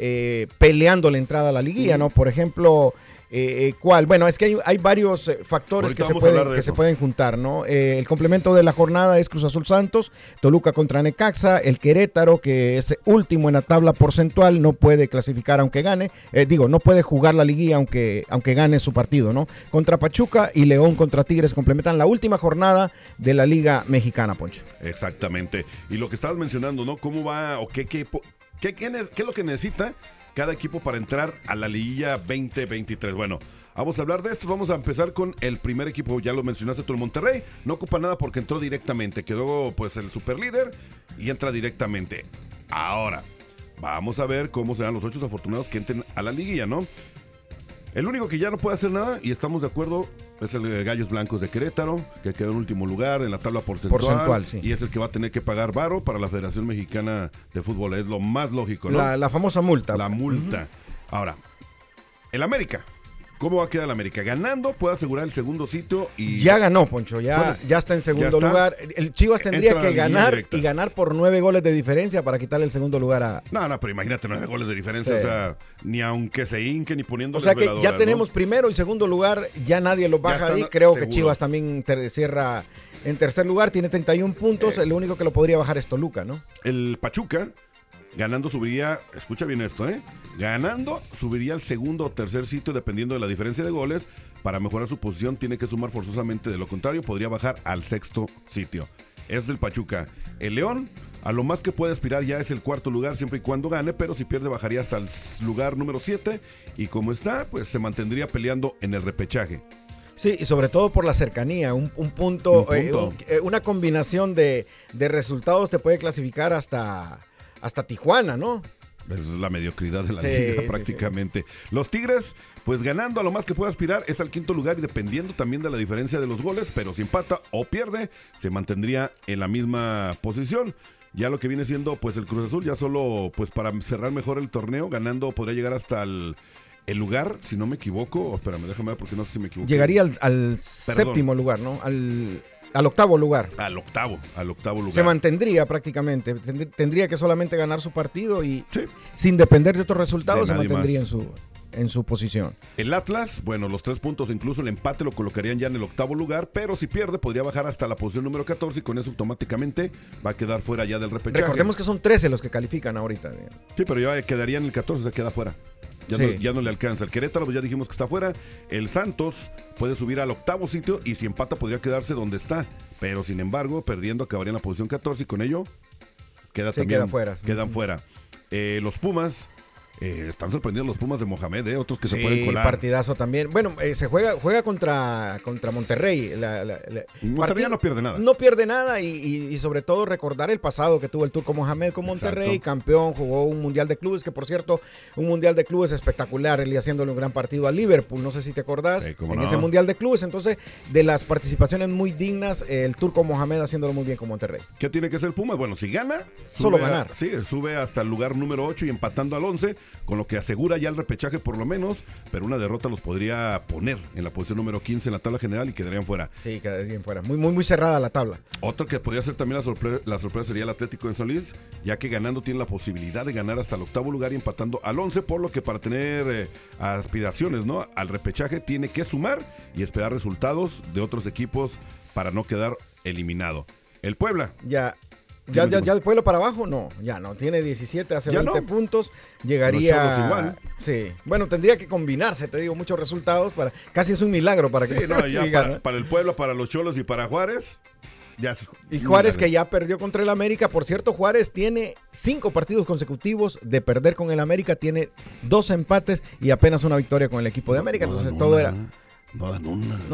Speaker 4: peleando la entrada a la liguilla, ¿no? Por ejemplo, ¿cuál? Bueno, es que hay varios factores que se pueden juntar, ¿no? El complemento de la jornada es Cruz Azul Santos, Toluca contra Necaxa, el Querétaro, que es último en la tabla porcentual, no puede clasificar aunque gane, no puede jugar la liguilla aunque gane su partido, ¿no? Contra Pachuca y León contra Tigres complementan la última jornada de la Liga Mexicana, Poncho.
Speaker 2: Exactamente. Y lo que estabas mencionando, ¿no? ¿Cómo va o qué es lo que necesita cada equipo para entrar a la liguilla 2023? Bueno, vamos a hablar de esto. Vamos a empezar con el primer equipo. Ya lo mencionaste tú, el Monterrey. No ocupa nada porque entró directamente. Quedó pues el superlíder y entra directamente. Ahora, vamos a ver cómo serán los 8 afortunados que entren a la liguilla, ¿no? El único que ya no puede hacer nada, y estamos de acuerdo, es el Gallos Blancos de Querétaro, que quedó en último lugar en la tabla porcentual, sí. Y es el que va a tener que pagar varo para la Federación Mexicana de Fútbol. Es lo más lógico, ¿no?
Speaker 4: La famosa multa.
Speaker 2: La multa. Ahora, el América. ¿Cómo va a quedar el América? Ganando puede asegurar el segundo sitio y...
Speaker 4: Ya ganó, Poncho, ya está en segundo lugar. El Chivas tendría que ganar y ganar por 9 goles de diferencia para quitarle el segundo lugar a...
Speaker 2: No, pero imagínate 9 goles de diferencia, sí. O sea, ni aunque se hinque ni poniendo...
Speaker 4: O sea que ya tenemos primero y segundo lugar, ya nadie lo baja ahí. Creo que Chivas también cierra en tercer lugar, tiene 31 puntos, el único que lo podría bajar es Toluca, ¿no?
Speaker 2: El Pachuca... Ganando subiría, escucha bien esto, ganando subiría al segundo o tercer sitio dependiendo de la diferencia de goles. Para mejorar su posición tiene que sumar forzosamente, de lo contrario podría bajar al sexto sitio. Es el Pachuca. El León, a lo más que puede aspirar ya es el cuarto lugar siempre y cuando gane, pero si pierde bajaría hasta el lugar número 7 y como está, pues se mantendría peleando en el repechaje.
Speaker 4: Sí, y sobre todo por la cercanía, un punto. Una combinación de resultados te puede clasificar hasta Tijuana, ¿no?
Speaker 2: Es la mediocridad de la liga prácticamente. Sí. Los Tigres, pues ganando a lo más que puede aspirar, es al quinto lugar y dependiendo también de la diferencia de los goles, pero si empata o pierde, se mantendría en la misma posición. Ya lo que viene siendo pues el Cruz Azul, ya solo pues para cerrar mejor el torneo, ganando podría llegar hasta el lugar, si no me equivoco, espérame, déjame ver porque no sé si me equivoco.
Speaker 4: Llegaría al séptimo lugar, ¿no? Al octavo lugar.
Speaker 2: Al octavo lugar.
Speaker 4: Se mantendría prácticamente. Tendría que solamente ganar su partido y sin depender de otros resultados se mantendría en su posición.
Speaker 2: El Atlas, bueno, los 3 puntos, incluso el empate lo colocarían ya en el octavo lugar, pero si pierde podría bajar hasta la posición número 14 y con eso automáticamente va a quedar fuera ya del repechaje.
Speaker 4: Recordemos que son 13 los que califican ahorita.
Speaker 2: Sí, pero ya quedaría en el 14, se queda fuera. Ya no le alcanza. El Querétaro, pues ya dijimos que está fuera. El Santos puede subir al octavo sitio y si empata podría quedarse donde está. Pero sin embargo, perdiendo acabaría en la posición 14 y con ello quedan fuera. Los Pumas. Están sorprendidos los Pumas de Mohamed, otros que se pueden colar.
Speaker 4: Partidazo también. Bueno, se juega contra Monterrey.
Speaker 2: Monterrey no pierde nada.
Speaker 4: No pierde nada y sobre todo recordar el pasado que tuvo el Turco Mohamed con Monterrey. Exacto. Campeón, jugó un Mundial de Clubes, que por cierto, un Mundial de Clubes espectacular, él haciéndole un gran partido a Liverpool, no sé si te acordás, ese Mundial de Clubes. Entonces, de las participaciones muy dignas, el Turco Mohamed haciéndolo muy bien con Monterrey.
Speaker 2: ¿Qué tiene que hacer el Pumas? Bueno, si gana,
Speaker 4: solo ganar.
Speaker 2: Sube hasta el lugar número 8 y empatando al 11, con lo que asegura ya el repechaje por lo menos, pero una derrota los podría poner en la posición número 15 en la tabla general y quedarían fuera.
Speaker 4: Sí, quedarían fuera. Muy cerrada la tabla.
Speaker 2: Otro que podría ser también la sorpresa sería el Atlético de San Luis, ya que ganando tiene la posibilidad de ganar hasta el octavo lugar y empatando al 11, por lo que para tener aspiraciones, ¿no?, al repechaje tiene que sumar y esperar resultados de otros equipos para no quedar eliminado. El Puebla.
Speaker 4: Ya el Puebla para abajo, tiene 17, hace 20 puntos, llegaría
Speaker 2: igual.
Speaker 4: Sí, bueno, tendría que combinarse, te digo, muchos resultados, casi es un milagro para que
Speaker 2: para el Puebla, para los Cholos y para Juárez.
Speaker 4: Y Juárez que ya perdió contra el América, por cierto, Juárez tiene 5 partidos consecutivos de perder con el América, tiene 2 empates y apenas una victoria con el equipo de América, entonces todo era...
Speaker 2: No dan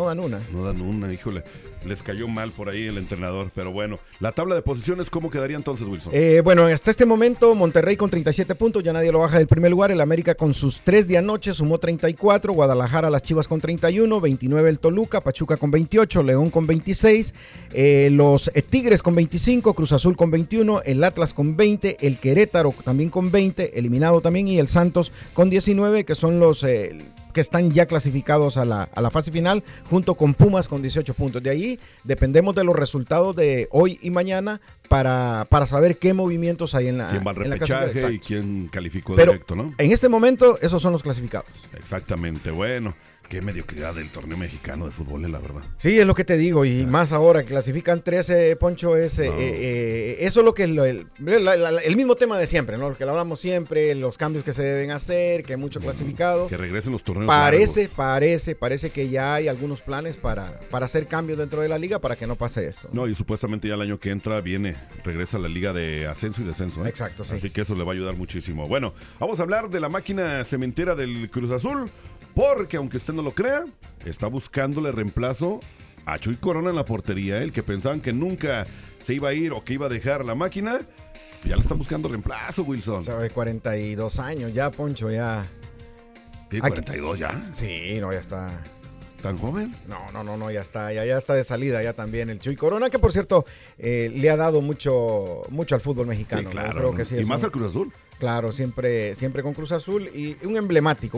Speaker 2: una, híjole. Les cayó mal por ahí el entrenador, pero bueno. La tabla de posiciones, ¿cómo quedaría entonces, Wilson?
Speaker 4: Bueno, hasta este momento, Monterrey con 37 puntos, ya nadie lo baja del primer lugar. El América con sus 3 de anoche sumó 34, Guadalajara, las Chivas con 31, 29 el Toluca, Pachuca con 28, León con 26, los Tigres con 25, Cruz Azul con 21, el Atlas con 20, el Querétaro también con 20, eliminado también, y el Santos con 19, que son los... que están ya clasificados a la fase final, junto con Pumas con 18 puntos. De ahí dependemos de los resultados de hoy y mañana para saber qué movimientos hay en la
Speaker 2: quién va al repechaje y quién calificó
Speaker 4: Pero
Speaker 2: directo, ¿no?
Speaker 4: En este momento, esos son los clasificados.
Speaker 2: Exactamente, bueno. Qué mediocridad del torneo mexicano de fútbol, la verdad.
Speaker 4: Sí, es lo que te digo, y más ahora que clasifican 13, Poncho, eso es lo que el mismo tema de siempre, ¿no? Lo que lo hablamos siempre, los cambios que se deben hacer, que hay mucho clasificado.
Speaker 2: Que regresen los torneos
Speaker 4: Parece que ya hay algunos planes para hacer cambios dentro de la liga para que no pase esto.
Speaker 2: No, y supuestamente ya el año que entra regresa la liga de ascenso y descenso.
Speaker 4: Exacto, sí.
Speaker 2: Así que eso le va a ayudar muchísimo. Bueno, vamos a hablar de la máquina cementera del Cruz Azul. Porque aunque usted no lo crea, está buscándole reemplazo a Chuy Corona en la portería. El que pensaban que nunca se iba a ir o que iba a dejar la máquina, ya le están buscando reemplazo, Wilson.
Speaker 4: O sea, de 42 años ya, Poncho, ya.
Speaker 2: ¿Tiene 42 ya?
Speaker 4: Sí, no, ya está.
Speaker 2: ¿Tan joven?
Speaker 4: No, ya está de salida ya también el Chuy Corona, que por cierto le ha dado mucho al fútbol mexicano.
Speaker 2: Sí, claro,
Speaker 4: ¿no? Creo que sí,
Speaker 2: y más al Cruz Azul.
Speaker 4: Claro, siempre con Cruz Azul y un emblemático.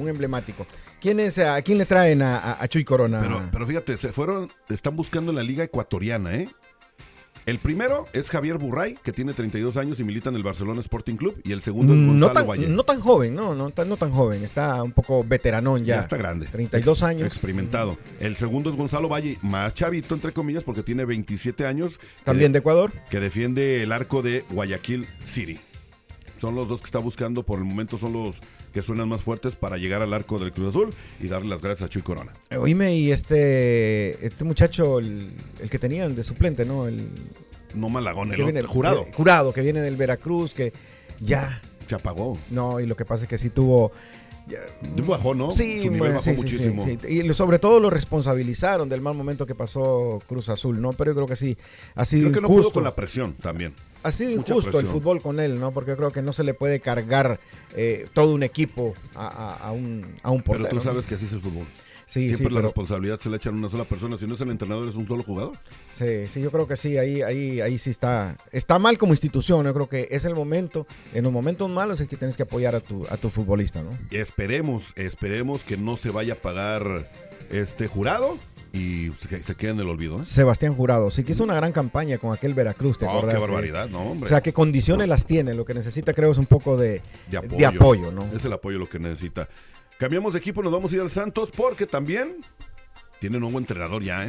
Speaker 4: ¿A quién le traen a Chuy Corona?
Speaker 2: Pero fíjate, están buscando en la liga ecuatoriana, ¿eh? El primero es Javier Burray, que tiene 32 años y milita en el Barcelona Sporting Club. Y el segundo es Gonzalo Valle.
Speaker 4: No tan joven, no tan joven. Está un poco veteranón ya.
Speaker 2: Ya está grande.
Speaker 4: 32 años.
Speaker 2: Experimentado. El segundo es Gonzalo Valle, más chavito, entre comillas, porque tiene 27 años.
Speaker 4: También de Ecuador.
Speaker 2: Que defiende el arco de Guayaquil City. Son los dos que está buscando, por el momento son los que suenan más fuertes para llegar al arco del Cruz Azul y darle las gracias a Chuy Corona.
Speaker 4: Oíme, y este muchacho, el que tenían de suplente, ¿no?
Speaker 2: No Malagón, el Jurado.
Speaker 4: Jurado, que viene del Veracruz, que ya...
Speaker 2: Se apagó.
Speaker 4: No, y lo que pasa es que sí tuvo
Speaker 2: De un bajón, ¿no?
Speaker 4: Sí,
Speaker 2: Su nivel bajó
Speaker 4: sí,
Speaker 2: muchísimo.
Speaker 4: sí. Y sobre todo lo responsabilizaron del mal momento que pasó Cruz Azul, ¿no? Pero yo creo que sí, ha sido
Speaker 2: Creo que no
Speaker 4: injusto.
Speaker 2: pudo con la presión también.
Speaker 4: Ha sido
Speaker 2: Mucha
Speaker 4: injusto el
Speaker 2: presión.
Speaker 4: fútbol con él, ¿no? Porque yo creo que no se le puede cargar todo un equipo a un portero.
Speaker 2: Pero tú
Speaker 4: ¿no?
Speaker 2: sabes que así es el fútbol.
Speaker 4: Sí,
Speaker 2: Siempre
Speaker 4: sí,
Speaker 2: la
Speaker 4: pero-
Speaker 2: responsabilidad se le echa a una sola persona. Si no es el entrenador, es un solo jugador.
Speaker 4: Sí, yo creo que sí, ahí sí está mal como institución. Yo creo que es el momento, en los momentos malos es que tienes que apoyar a tu futbolista, ¿no?
Speaker 2: Y esperemos que no se vaya a pagar este Jurado y se quede en el olvido, ¿eh?
Speaker 4: Sebastián Jurado, sí que hizo una gran campaña con aquel Veracruz, ¿te
Speaker 2: Oh,
Speaker 4: acordás?
Speaker 2: qué barbaridad, no, hombre.
Speaker 4: O sea, que condiciones las tiene, lo que necesita creo es un poco de apoyo, ¿no?
Speaker 2: Es el apoyo lo que necesita. Cambiamos de equipo, nos vamos a ir al Santos porque también tiene nuevo entrenador ya,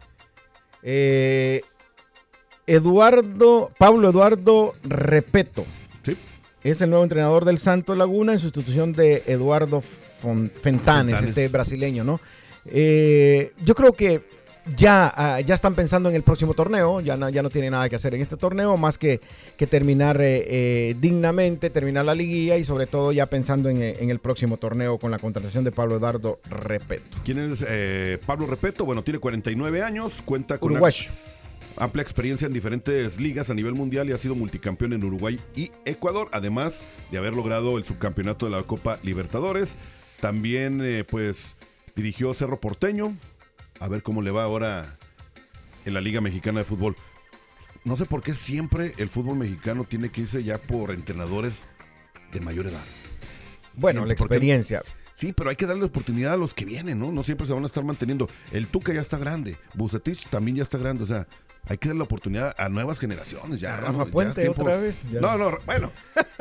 Speaker 2: ¿eh?
Speaker 4: Pablo Eduardo Repeto.
Speaker 2: Sí.
Speaker 4: Es el nuevo entrenador del Santos Laguna en sustitución de Eduardo Fentanes, este brasileño, ¿no? Yo creo que ya están pensando en el próximo torneo, ya no tiene nada que hacer en este torneo, más que terminar dignamente, terminar la liguilla y sobre todo ya pensando en el próximo torneo con la contratación de Pablo Eduardo Repeto.
Speaker 2: ¿Quién es Pablo Repeto? Bueno, tiene 49 años, cuenta con
Speaker 4: Uruguayo.
Speaker 2: amplia experiencia en diferentes ligas a nivel mundial y ha sido multicampeón en Uruguay y Ecuador, además de haber logrado el subcampeonato de la Copa Libertadores. También pues dirigió Cerro Porteño. A ver cómo le va ahora en la Liga Mexicana de Fútbol. No sé por qué siempre el fútbol mexicano tiene que irse ya por entrenadores de mayor edad.
Speaker 4: Bueno,
Speaker 2: Siempre,
Speaker 4: la experiencia.
Speaker 2: Sí, pero hay que darle oportunidad a los que vienen, ¿no? No siempre se van a estar manteniendo. El Tuca ya está grande, Bucetich también ya está grande, o sea, hay que darle la oportunidad a nuevas generaciones. Ya,
Speaker 4: Rafa
Speaker 2: ¿no? Ya
Speaker 4: Puente
Speaker 2: es tiempo.
Speaker 4: otra vez. Ya.
Speaker 2: No, bueno.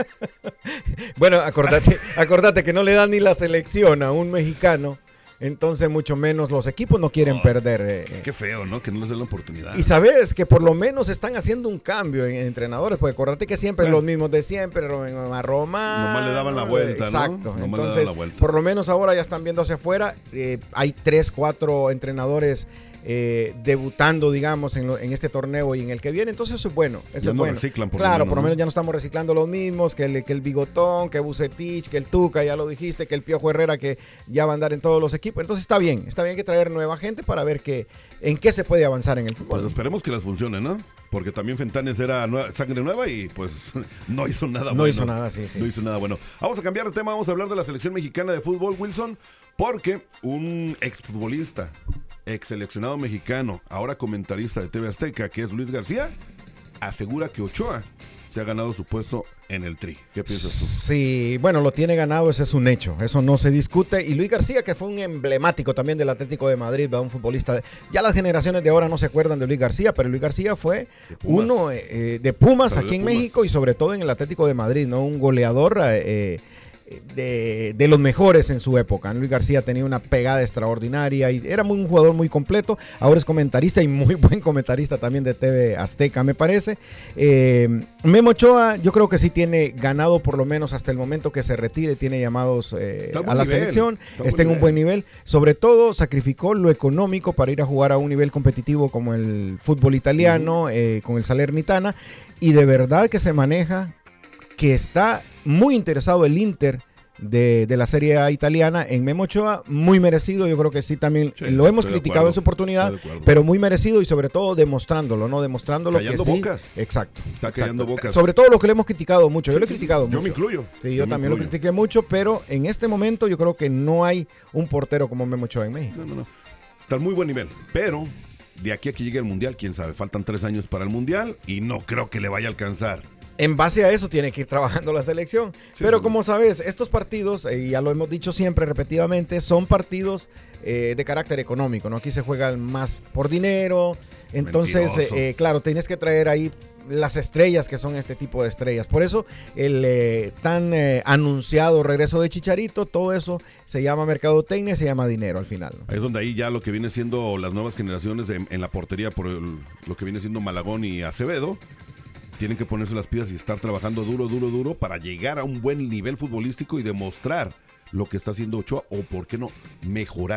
Speaker 4: Bueno, acordate que no le dan ni la selección a un mexicano, entonces mucho menos los equipos no quieren perder.
Speaker 2: Qué feo, ¿no? Que no les den la oportunidad.
Speaker 4: Y sabes que por lo menos están haciendo un cambio en entrenadores, porque acordate que siempre los mismos de siempre, Román.
Speaker 2: Nomás le daban la vuelta, ¿no?
Speaker 4: Exacto.
Speaker 2: Nomás le daban
Speaker 4: Entonces,
Speaker 2: la vuelta.
Speaker 4: por lo menos ahora ya están viendo hacia afuera. Hay 3, 4 entrenadores debutando, digamos, en este torneo y en el que viene. Entonces eso es bueno. Eso
Speaker 2: Ya
Speaker 4: es
Speaker 2: no
Speaker 4: bueno.
Speaker 2: reciclan, por lo
Speaker 4: Claro,
Speaker 2: menos,
Speaker 4: por lo
Speaker 2: ¿no?
Speaker 4: menos ya no estamos reciclando los mismos, que el Bigotón, que Bucetich, que el Tuca, ya lo dijiste, que el Piojo Herrera, que ya va a andar en todos los equipos. Entonces está bien que traer nueva gente para ver en qué se puede avanzar en el fútbol.
Speaker 2: Pues esperemos que las funcione, ¿no? Porque también Fentanes era sangre nueva y pues no hizo nada bueno.
Speaker 4: No hizo nada, sí.
Speaker 2: No hizo nada bueno. Vamos a cambiar de tema, vamos a hablar de la selección mexicana de fútbol, Wilson, porque un exfutbolista, ex seleccionado mexicano, ahora comentarista de TV Azteca, que es Luis García, asegura que Ochoa se ha ganado su puesto en el Tri. ¿Qué piensas tú?
Speaker 4: Sí, bueno, lo tiene ganado, ese es un hecho, eso no se discute. Y Luis García, que fue un emblemático también del Atlético de Madrid, un futbolista, ya las generaciones de ahora no se acuerdan de Luis García, pero Luis García fue uno de Pumas
Speaker 2: Pero
Speaker 4: aquí
Speaker 2: de
Speaker 4: en
Speaker 2: Pumas.
Speaker 4: México y sobre todo en el Atlético de Madrid, ¿no? Un goleador de los mejores en su época. Luis García tenía una pegada extraordinaria y era un jugador muy completo. Ahora es comentarista y muy buen comentarista también de TV Azteca, me parece. Memo Ochoa, yo creo que sí tiene ganado, por lo menos hasta el momento que se retire, tiene llamados a la selección, está en un buen nivel. Sobre todo, sacrificó lo económico para ir a jugar a un nivel competitivo como el fútbol italiano, con el Salernitana, y de verdad que se maneja, que está muy interesado el Inter de la Serie A italiana en Memo Ochoa, muy merecido. Yo creo que sí, también
Speaker 2: Sí,
Speaker 4: lo hemos
Speaker 2: estoy de
Speaker 4: criticado
Speaker 2: acuerdo,
Speaker 4: en su oportunidad,
Speaker 2: estoy de acuerdo.
Speaker 4: pero muy merecido y sobre todo demostrándolo, ¿no? Demostrándolo
Speaker 2: Callando
Speaker 4: que sí.
Speaker 2: bocas.
Speaker 4: Exacto.
Speaker 2: Está callando bocas.
Speaker 4: Sobre todo lo que le hemos criticado mucho. Yo lo he criticado mucho.
Speaker 2: Yo me incluyo.
Speaker 4: Sí, yo también lo critiqué mucho, pero en este momento yo creo que no hay un portero como Memo Ochoa en México.
Speaker 2: No. Está en muy buen nivel, pero de aquí a que llegue el Mundial, quién sabe, faltan 3 años para el Mundial y no creo que le vaya a alcanzar.
Speaker 4: En base a eso tiene que ir trabajando la selección.
Speaker 2: Sí,
Speaker 4: pero
Speaker 2: sí.
Speaker 4: como sabes, estos partidos, y ya lo hemos dicho siempre repetidamente, son partidos de carácter económico, ¿no? Aquí se juegan más por dinero. Entonces,
Speaker 2: Mentiroso.
Speaker 4: claro, tienes que traer ahí las estrellas que son este tipo de estrellas. Por eso el tan anunciado regreso de Chicharito, todo eso se llama mercadotecnia y se llama dinero al final, ¿no?
Speaker 2: Es donde ahí ya lo que viene siendo las nuevas generaciones en la portería, por lo que viene siendo Malagón y Acevedo, tienen que ponerse las pilas y estar trabajando duro para llegar a un buen nivel futbolístico y demostrar lo que está haciendo Ochoa o, por qué no, mejorar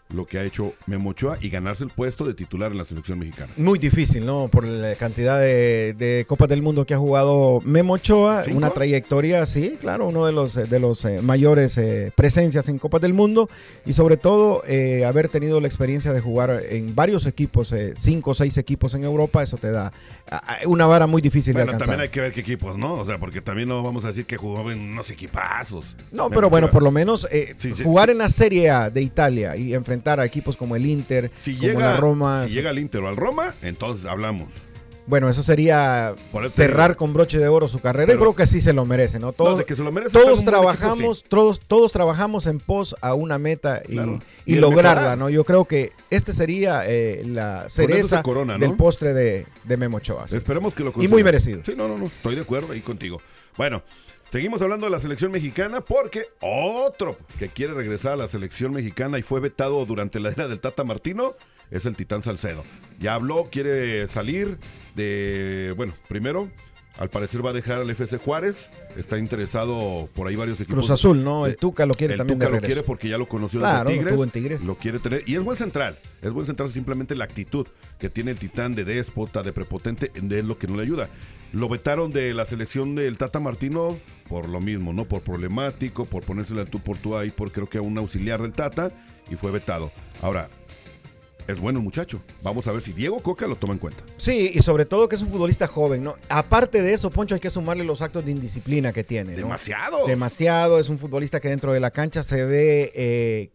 Speaker 2: lo que ha hecho Memo Ochoa y ganarse el puesto de titular en la selección mexicana.
Speaker 4: Muy difícil, ¿no? Por la cantidad de Copas del Mundo que ha jugado Memo Ochoa,
Speaker 2: 5.
Speaker 4: una trayectoria, sí, claro, uno de los mayores presencias en Copas del Mundo y sobre todo haber tenido la experiencia de jugar en varios equipos, 5 o 6 equipos en Europa, eso te da una vara muy difícil de alcanzar.
Speaker 2: También hay que ver qué equipos, ¿no? O sea, porque también no vamos a decir que jugó en unos equipazos.
Speaker 4: No, pero bueno, por lo menos jugar en la Serie A de Italia y enfrentar a equipos como el Inter, como la Roma.
Speaker 2: Si llega al Inter o al Roma, entonces hablamos.
Speaker 4: Bueno, eso sería cerrar con broche de oro su carrera. Yo creo que sí se lo merece, ¿no? Todos,
Speaker 2: de que se lo merece,
Speaker 4: todos trabajamos, equipo, sí. todos trabajamos en pos a una meta y lograrla, mejorar, ¿no? Yo creo que este sería la cereza corona, ¿no? del postre de Memo Ochoa. ¿Sí?
Speaker 2: Esperemos que lo consiga.
Speaker 4: Y muy merecido.
Speaker 2: Sí, no, estoy de acuerdo ahí contigo. Bueno, seguimos hablando de la selección mexicana porque otro que quiere regresar a la selección mexicana y fue vetado durante la era del Tata Martino es el Titán Salcedo. Ya habló, quiere salir de... Bueno, primero, al parecer va a dejar al FC Juárez. Está interesado por ahí varios equipos.
Speaker 4: Cruz Azul, ¿no? El Tuca lo quiere también de regreso.
Speaker 2: El Tuca lo quiere porque ya lo conoció
Speaker 4: desde
Speaker 2: Tigres.
Speaker 4: Lo tuvo en Tigres.
Speaker 2: Lo quiere tener. Y es buen central. Es buen central, simplemente la actitud que tiene el Titán de déspota, de prepotente, es lo que no le ayuda. Lo vetaron de la selección del Tata Martino por lo mismo, ¿no? Por problemático, por ponérsela tú por tú ahí, por creo que a un auxiliar del Tata, y fue vetado. Ahora, es bueno el muchacho. Vamos a ver si Diego Coca lo toma en cuenta.
Speaker 4: Sí, y sobre todo que es un futbolista joven, ¿no? Aparte de eso, Poncho, hay que sumarle los actos de indisciplina que tiene, ¿no? Demasiado. Es un futbolista que dentro de la cancha se ve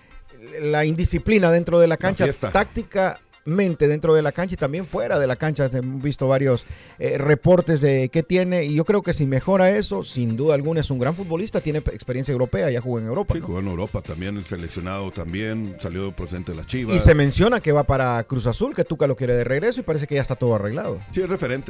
Speaker 4: la indisciplina dentro de la cancha, táctica dentro de la cancha y también fuera de la cancha. Hemos visto varios reportes de qué tiene y yo creo que si mejora eso, sin duda alguna es un gran futbolista, tiene experiencia europea, ya jugó en Europa.
Speaker 2: Sí,
Speaker 4: ¿no?
Speaker 2: Jugó en Europa también, el seleccionado también, salió procedente de las Chivas.
Speaker 4: Y se menciona que va para Cruz Azul, que Tuca lo quiere de regreso y parece que ya está todo arreglado.
Speaker 2: Sí, es referente,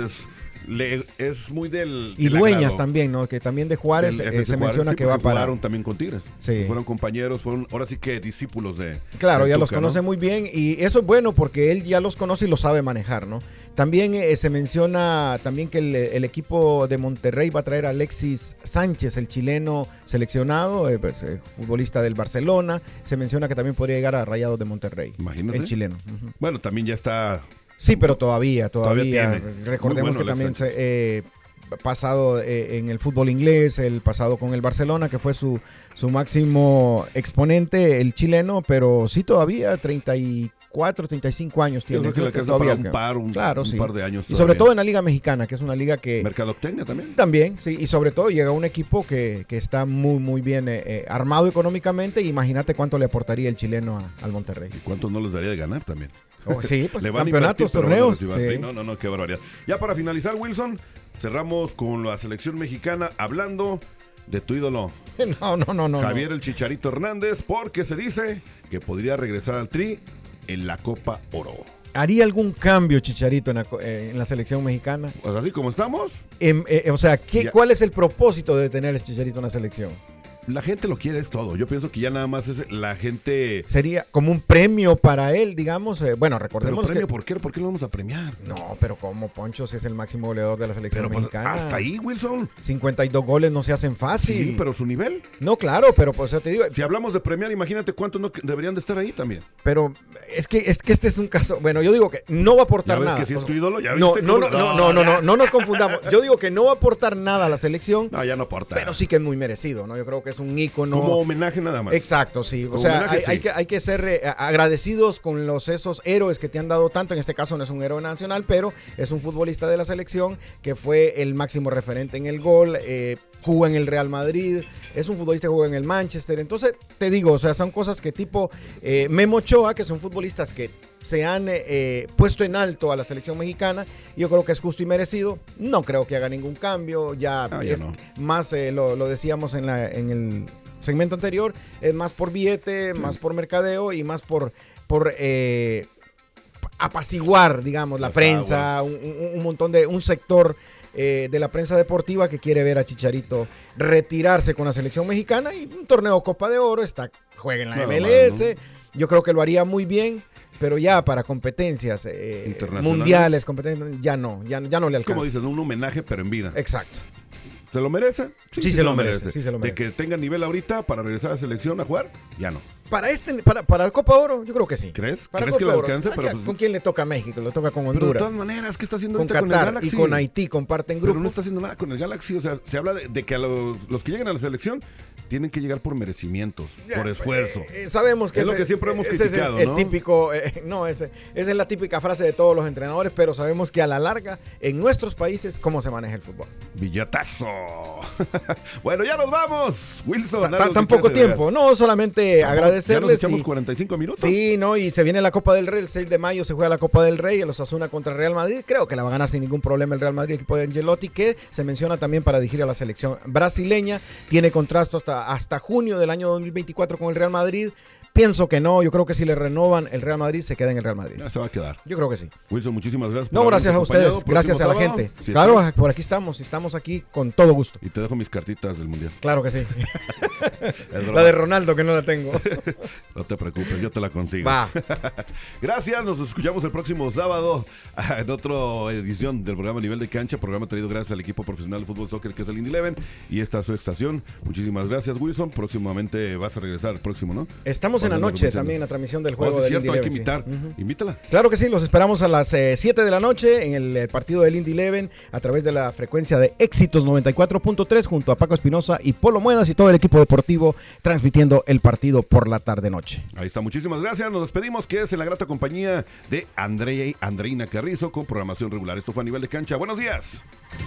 Speaker 2: es muy del...
Speaker 4: Y Dueñas agrado. También, ¿no? Que también de Juárez se
Speaker 2: Juárez,
Speaker 4: menciona que va para...
Speaker 2: Jugaron también con Tigres.
Speaker 4: Sí.
Speaker 2: Fueron compañeros, fueron ahora sí que discípulos de...
Speaker 4: Claro,
Speaker 2: de
Speaker 4: ya
Speaker 2: Tuca,
Speaker 4: los conoce, ¿no? Muy bien y eso es bueno porque él ya los conoce y los sabe manejar, ¿no? También se menciona también que el equipo de Monterrey va a traer a Alexis Sánchez, el chileno seleccionado, futbolista del Barcelona. Se menciona que también podría llegar a Rayados de Monterrey.
Speaker 2: Imagínate.
Speaker 4: El chileno.
Speaker 2: Bueno, también ya está...
Speaker 4: Sí, pero todavía.
Speaker 2: Tiene.
Speaker 4: Recordemos que también pasado en el fútbol inglés, el pasado con el Barcelona, que fue su máximo exponente, el chileno, pero sí todavía 34, 35 años tiene.
Speaker 2: Creo que todavía un par de años.
Speaker 4: Y sobre todo en la Liga Mexicana, que es una liga que...
Speaker 2: Mercadotecnia también.
Speaker 4: También, sí, y sobre todo llega un equipo que está muy, muy bien armado económicamente. Imagínate cuánto le aportaría el chileno al Monterrey.
Speaker 2: Y cuánto no les daría de ganar también.
Speaker 4: Sí, pues campeonatos, torneos.
Speaker 2: Sí. No, qué barbaridad. Ya para finalizar, Wilson, cerramos con la selección mexicana hablando de tu ídolo.
Speaker 4: No.
Speaker 2: Javier el Chicharito Hernández, porque se dice que podría regresar al Tri en la Copa Oro.
Speaker 4: ¿Haría algún cambio Chicharito en la selección mexicana?
Speaker 2: Pues así como estamos.
Speaker 4: ¿Cuál es el propósito de tener el Chicharito en la selección?
Speaker 2: La gente lo quiere, es todo. Yo pienso que ya nada más es la gente...
Speaker 4: Sería como un premio para él, digamos. Bueno, recordemos
Speaker 2: ¿Pero premio que... ¿Por qué lo vamos a premiar?
Speaker 4: No, pero como Poncho, si es el máximo goleador de la selección mexicana.
Speaker 2: Hasta ahí, Wilson.
Speaker 4: 52 goles no se hacen fácil.
Speaker 2: Sí, pero su nivel.
Speaker 4: No, claro, pero pues ya te digo...
Speaker 2: Si hablamos de premiar, imagínate cuántos no deberían de estar ahí también.
Speaker 4: Pero es que este es un caso... Bueno, yo digo que no va a aportar nada.
Speaker 2: Que si es tu ídolo, ¿ya
Speaker 4: no nos confundamos. Yo digo que no va a aportar nada a la selección.
Speaker 2: No, ya no aporta.
Speaker 4: Pero sí que es muy merecido, ¿no? Yo creo que es un ícono...
Speaker 2: Como homenaje nada más.
Speaker 4: Exacto, sí. O sea, hay que ser agradecidos con esos héroes que te han dado tanto. En este caso no es un héroe nacional, pero es un futbolista de la selección que fue el máximo referente en el gol, jugó en el Real Madrid, es un futbolista que jugó en el Manchester. Entonces, te digo, o sea, son cosas que tipo Memo Ochoa, que son futbolistas que se han puesto en alto a la selección mexicana. Yo creo que es justo y merecido. No creo que haga ningún cambio. Ya más, lo decíamos en el segmento anterior, es más por billete, más por mercadeo y más por apaciguar, digamos, la prensa, un sector de la prensa deportiva que quiere ver a Chicharito retirarse con la selección mexicana y un torneo Copa de Oro, juega en la MLS. Yo creo que lo haría muy bien, pero ya para competencias mundiales, ya no le alcanza.
Speaker 2: Como dices, un homenaje, pero en vida.
Speaker 4: Exacto.
Speaker 2: ¿Se lo merece?
Speaker 4: Sí, se lo merece.
Speaker 2: De que tenga nivel ahorita para regresar a la selección a jugar, ya no.
Speaker 4: Para la Copa Oro, yo creo que sí.
Speaker 2: ¿Crees?
Speaker 4: Para
Speaker 2: ¿Crees que
Speaker 4: Copa
Speaker 2: le
Speaker 4: Oro.
Speaker 2: alcance? Pero, pues,
Speaker 4: ¿Con quién le toca a México? Le toca con
Speaker 2: pero de
Speaker 4: Honduras.
Speaker 2: todas maneras, ¿qué está haciendo
Speaker 4: Con
Speaker 2: ahorita con el
Speaker 4: Qatar
Speaker 2: Galaxy?
Speaker 4: y con Haití comparten grupo.
Speaker 2: Pero no está haciendo nada con el Galaxy. O sea, se habla de que a los que llegan a la selección tienen que llegar por merecimientos, por esfuerzo.
Speaker 4: Sabemos que
Speaker 2: es lo que siempre hemos criticado,
Speaker 4: el
Speaker 2: ¿no?
Speaker 4: típico, esa es la típica frase de todos los entrenadores, pero sabemos que a la larga, en nuestros países, ¿cómo se maneja el fútbol?
Speaker 2: Billetazo. Bueno, ya nos vamos, Wilson.
Speaker 4: Tan poco tiempo. No, solamente agradecerles.
Speaker 2: Ya nos echamos 45 minutos.
Speaker 4: Sí, no, y se viene la Copa del Rey, el 6 de mayo se juega la Copa del Rey, el Osasuna contra el Real Madrid. Creo que la va a ganar sin ningún problema el Real Madrid, equipo de Ancelotti, que se menciona también para dirigir a la selección brasileña. Tiene contrato hasta junio del año 2024 con el Real Madrid. Pienso que no, yo creo que si le renovan el Real Madrid, se queda en el Real Madrid.
Speaker 2: Ya se va a quedar.
Speaker 4: Yo creo que sí.
Speaker 2: Wilson, muchísimas gracias.
Speaker 4: No, gracias a ustedes, gracias a la gente.
Speaker 2: Sí,
Speaker 4: claro, por aquí estamos aquí con todo gusto.
Speaker 2: Y te dejo mis cartitas del Mundial.
Speaker 4: Claro que sí. La de Ronaldo, que no la tengo.
Speaker 2: No te preocupes, yo te la consigo.
Speaker 4: Va.
Speaker 2: Gracias, nos escuchamos el próximo sábado en otra edición del programa Nivel de Cancha, programa traído gracias al equipo profesional de fútbol soccer que es el Indy Eleven y esta es su estación. Muchísimas gracias, Wilson. Próximamente vas a regresar, próximo, ¿no?
Speaker 4: Estamos en la noche también, la transmisión del juego del Indy
Speaker 2: Eleven. Hay que invitar. Invítala.
Speaker 4: Claro que sí, los esperamos a las 7 de la noche en el partido del Indy Eleven a través de la frecuencia de Éxitos 94.3 junto a Paco Espinosa y Polo Muedas y todo el equipo deportivo transmitiendo el partido por la tarde-noche.
Speaker 2: Ahí está, muchísimas gracias. Nos despedimos, que es en la grata compañía de Andreina Carrizo con programación regular. Esto fue A Nivel de Cancha. Buenos días.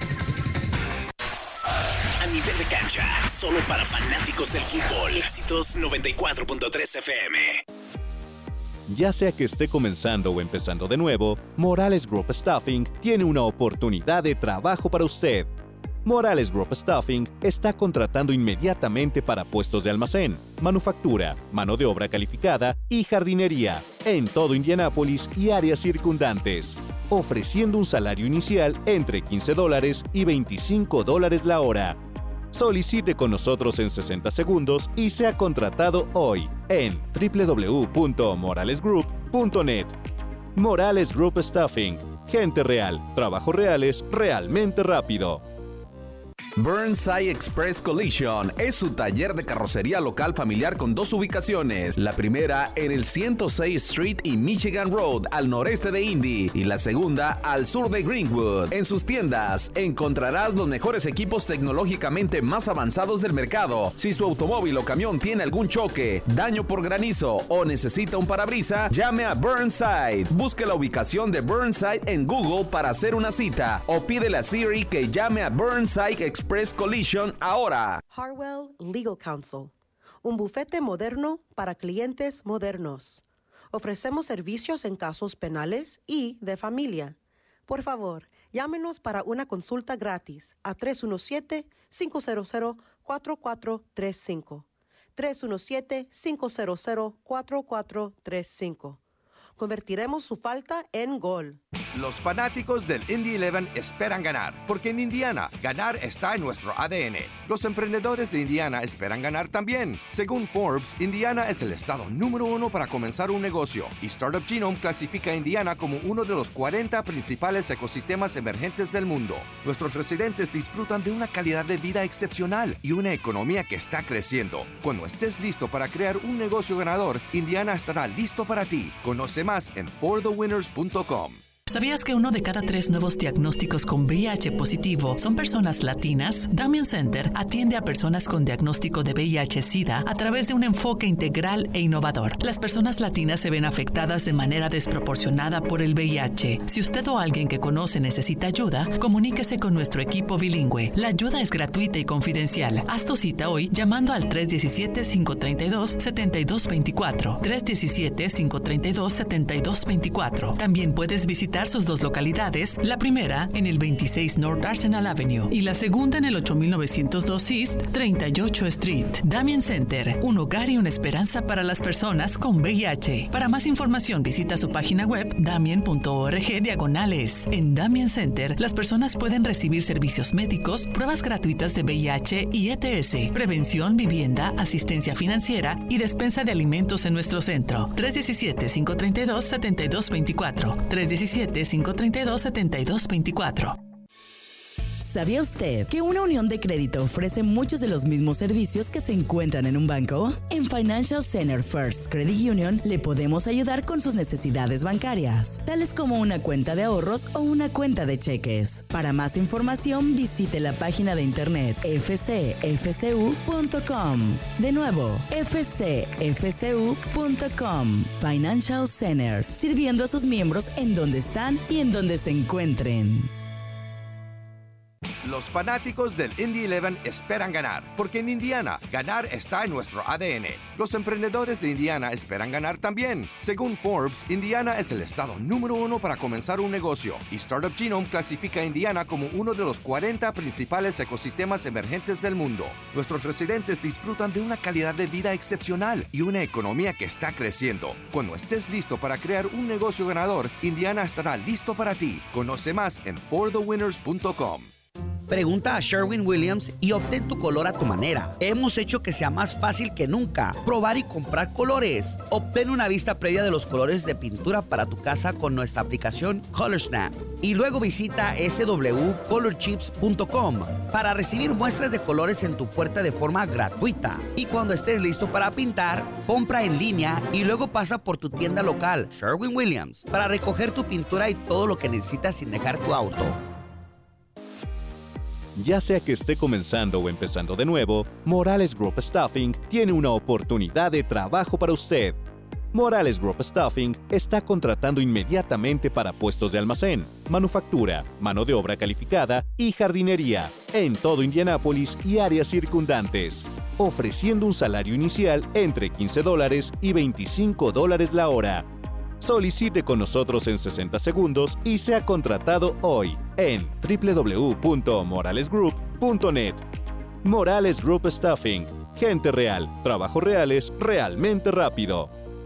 Speaker 1: A Nivel de Cancha, solo para fanáticos del fútbol. Éxitos 94.3 FM.
Speaker 6: Ya sea que esté comenzando o empezando de nuevo, Morales Group Staffing tiene una oportunidad de trabajo para usted. Morales Group Staffing está contratando inmediatamente para puestos de almacén, manufactura, mano de obra calificada y jardinería en todo Indianápolis y áreas circundantes, ofreciendo un salario inicial entre $15 y $25 la hora. Solicite con nosotros en 60 segundos y sea contratado hoy en www.moralesgroup.net. Morales Group Staffing. Gente real, trabajos reales, realmente rápido.
Speaker 10: Burnside Express Collision es su taller de carrocería local familiar con dos ubicaciones. La primera en el 106 Street y Michigan Road al noreste de Indy y la segunda al sur de Greenwood. En sus tiendas encontrarás los mejores equipos tecnológicamente más avanzados del mercado. Si su automóvil o camión tiene algún choque, daño por granizo o necesita un parabrisa, llame a Burnside. Busque la ubicación de Burnside en Google para hacer una cita o pídele a Siri que llame a Burnside Express Collision ahora.
Speaker 11: Harwell Legal Counsel, un bufete moderno para clientes modernos. Ofrecemos servicios en casos penales y de familia. Por favor, llámenos para una consulta gratis a 317-500-4435. 317-500-4435. Convertiremos su falta en gol.
Speaker 12: Los fanáticos del Indy Eleven esperan ganar, porque en Indiana, ganar está en nuestro ADN. Los emprendedores de Indiana esperan ganar también. Según Forbes, Indiana es el estado número 1 para comenzar un negocio, y Startup Genome clasifica a Indiana como uno de los 40 principales ecosistemas emergentes del mundo. Nuestros residentes disfrutan de una calidad de vida excepcional y una economía que está creciendo. Cuando estés listo para crear un negocio ganador, Indiana estará listo para ti. Conoce más en forthewinners.com.
Speaker 13: ¿Sabías que 1 de cada 3 nuevos diagnósticos con VIH positivo son personas latinas? Damien Center atiende a personas con diagnóstico de VIH-Sida a través de un enfoque integral e innovador. Las personas latinas se ven afectadas de manera desproporcionada por el VIH. Si usted o alguien que conoce necesita ayuda, comuníquese con nuestro equipo bilingüe. La ayuda es gratuita y confidencial. Haz tu cita hoy llamando al 317-532-7224. 317-532-7224. También puedes visitar sus dos localidades, la primera en el 26 North Arsenal Avenue y la segunda en el 8902 East 38 Street. Damien Center, un hogar y una esperanza para las personas con VIH. Para más información visita su página web damien.org/. En Damien Center, las personas pueden recibir servicios médicos, pruebas gratuitas de VIH y ETS, prevención, vivienda, asistencia financiera y despensa de alimentos en nuestro centro. 317-532-7224. 317-532-7224.
Speaker 14: ¿Sabía usted que una unión de crédito ofrece muchos de los mismos servicios que se encuentran en un banco? En Financial Center First Credit Union le podemos ayudar con sus necesidades bancarias, tales como una cuenta de ahorros o una cuenta de cheques. Para más información, visite la página de internet fcfcu.com. De nuevo, fcfcu.com. Financial Center, sirviendo a sus miembros en donde están y en donde se encuentren.
Speaker 12: Los fanáticos del Indy 11 esperan ganar, porque en Indiana, ganar está en nuestro ADN. Los emprendedores de Indiana esperan ganar también. Según Forbes, Indiana es el estado número 1 para comenzar un negocio, y Startup Genome clasifica a Indiana como uno de los 40 principales ecosistemas emergentes del mundo. Nuestros residentes disfrutan de una calidad de vida excepcional y una economía que está creciendo. Cuando estés listo para crear un negocio ganador, Indiana estará listo para ti. Conoce más en forthewinners.com.
Speaker 7: Pregunta a Sherwin-Williams y obtén tu color a tu manera. Hemos hecho que sea más fácil que nunca probar y comprar colores. Obtén una vista previa de los colores de pintura para tu casa con nuestra aplicación ColorSnap. Y luego visita swcolorchips.com para recibir muestras de colores en tu puerta de forma gratuita. Y cuando estés listo para pintar, compra en línea y luego pasa por tu tienda local, Sherwin-Williams, para recoger tu pintura y todo lo que necesitas sin dejar tu auto.
Speaker 6: Ya sea que esté comenzando o empezando de nuevo, Morales Group Staffing tiene una oportunidad de trabajo para usted. Morales Group Staffing está contratando inmediatamente para puestos de almacén, manufactura, mano de obra calificada y jardinería en todo Indianápolis y áreas circundantes, ofreciendo un salario inicial entre $15 y $25 la hora. Solicite con nosotros en 60 segundos y sea contratado hoy en www.moralesgroup.net. Morales Group Staffing. Gente real, trabajos reales, realmente rápido.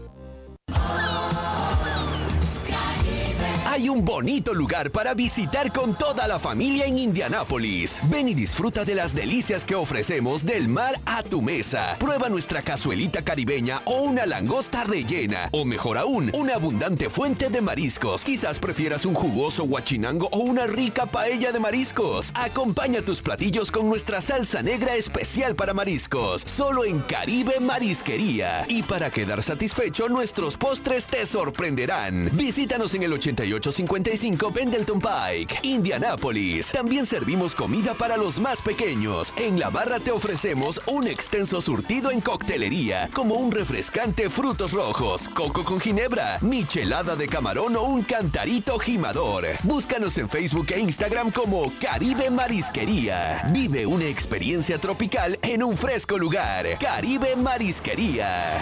Speaker 15: Hay un bonito lugar para visitar con toda la familia en Indianápolis. Ven y disfruta de las delicias que ofrecemos del mar a tu mesa. Prueba nuestra cazuelita caribeña o una langosta rellena. O mejor aún, una abundante fuente de mariscos. Quizás prefieras un jugoso guachinango o una rica paella de mariscos. Acompaña tus platillos con nuestra salsa negra especial para mariscos. Solo en Caribe Marisquería. Y para quedar satisfecho, nuestros postres te sorprenderán. Visítanos en el 8855 Pendleton Pike, Indianápolis. También servimos comida para los más pequeños. En la barra te ofrecemos un extenso surtido en coctelería, como un refrescante frutos rojos, coco con ginebra, michelada de camarón o un cantarito gimador. Búscanos en Facebook e Instagram como Caribe Marisquería. Vive una experiencia tropical en un fresco lugar. Caribe Marisquería.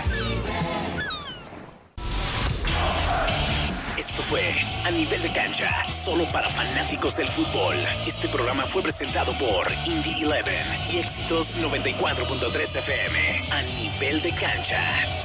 Speaker 1: Esto fue A Nivel de Cancha, solo para fanáticos del fútbol. Este programa fue presentado por Indy 11 y Éxitos 94.3 FM. A Nivel de Cancha.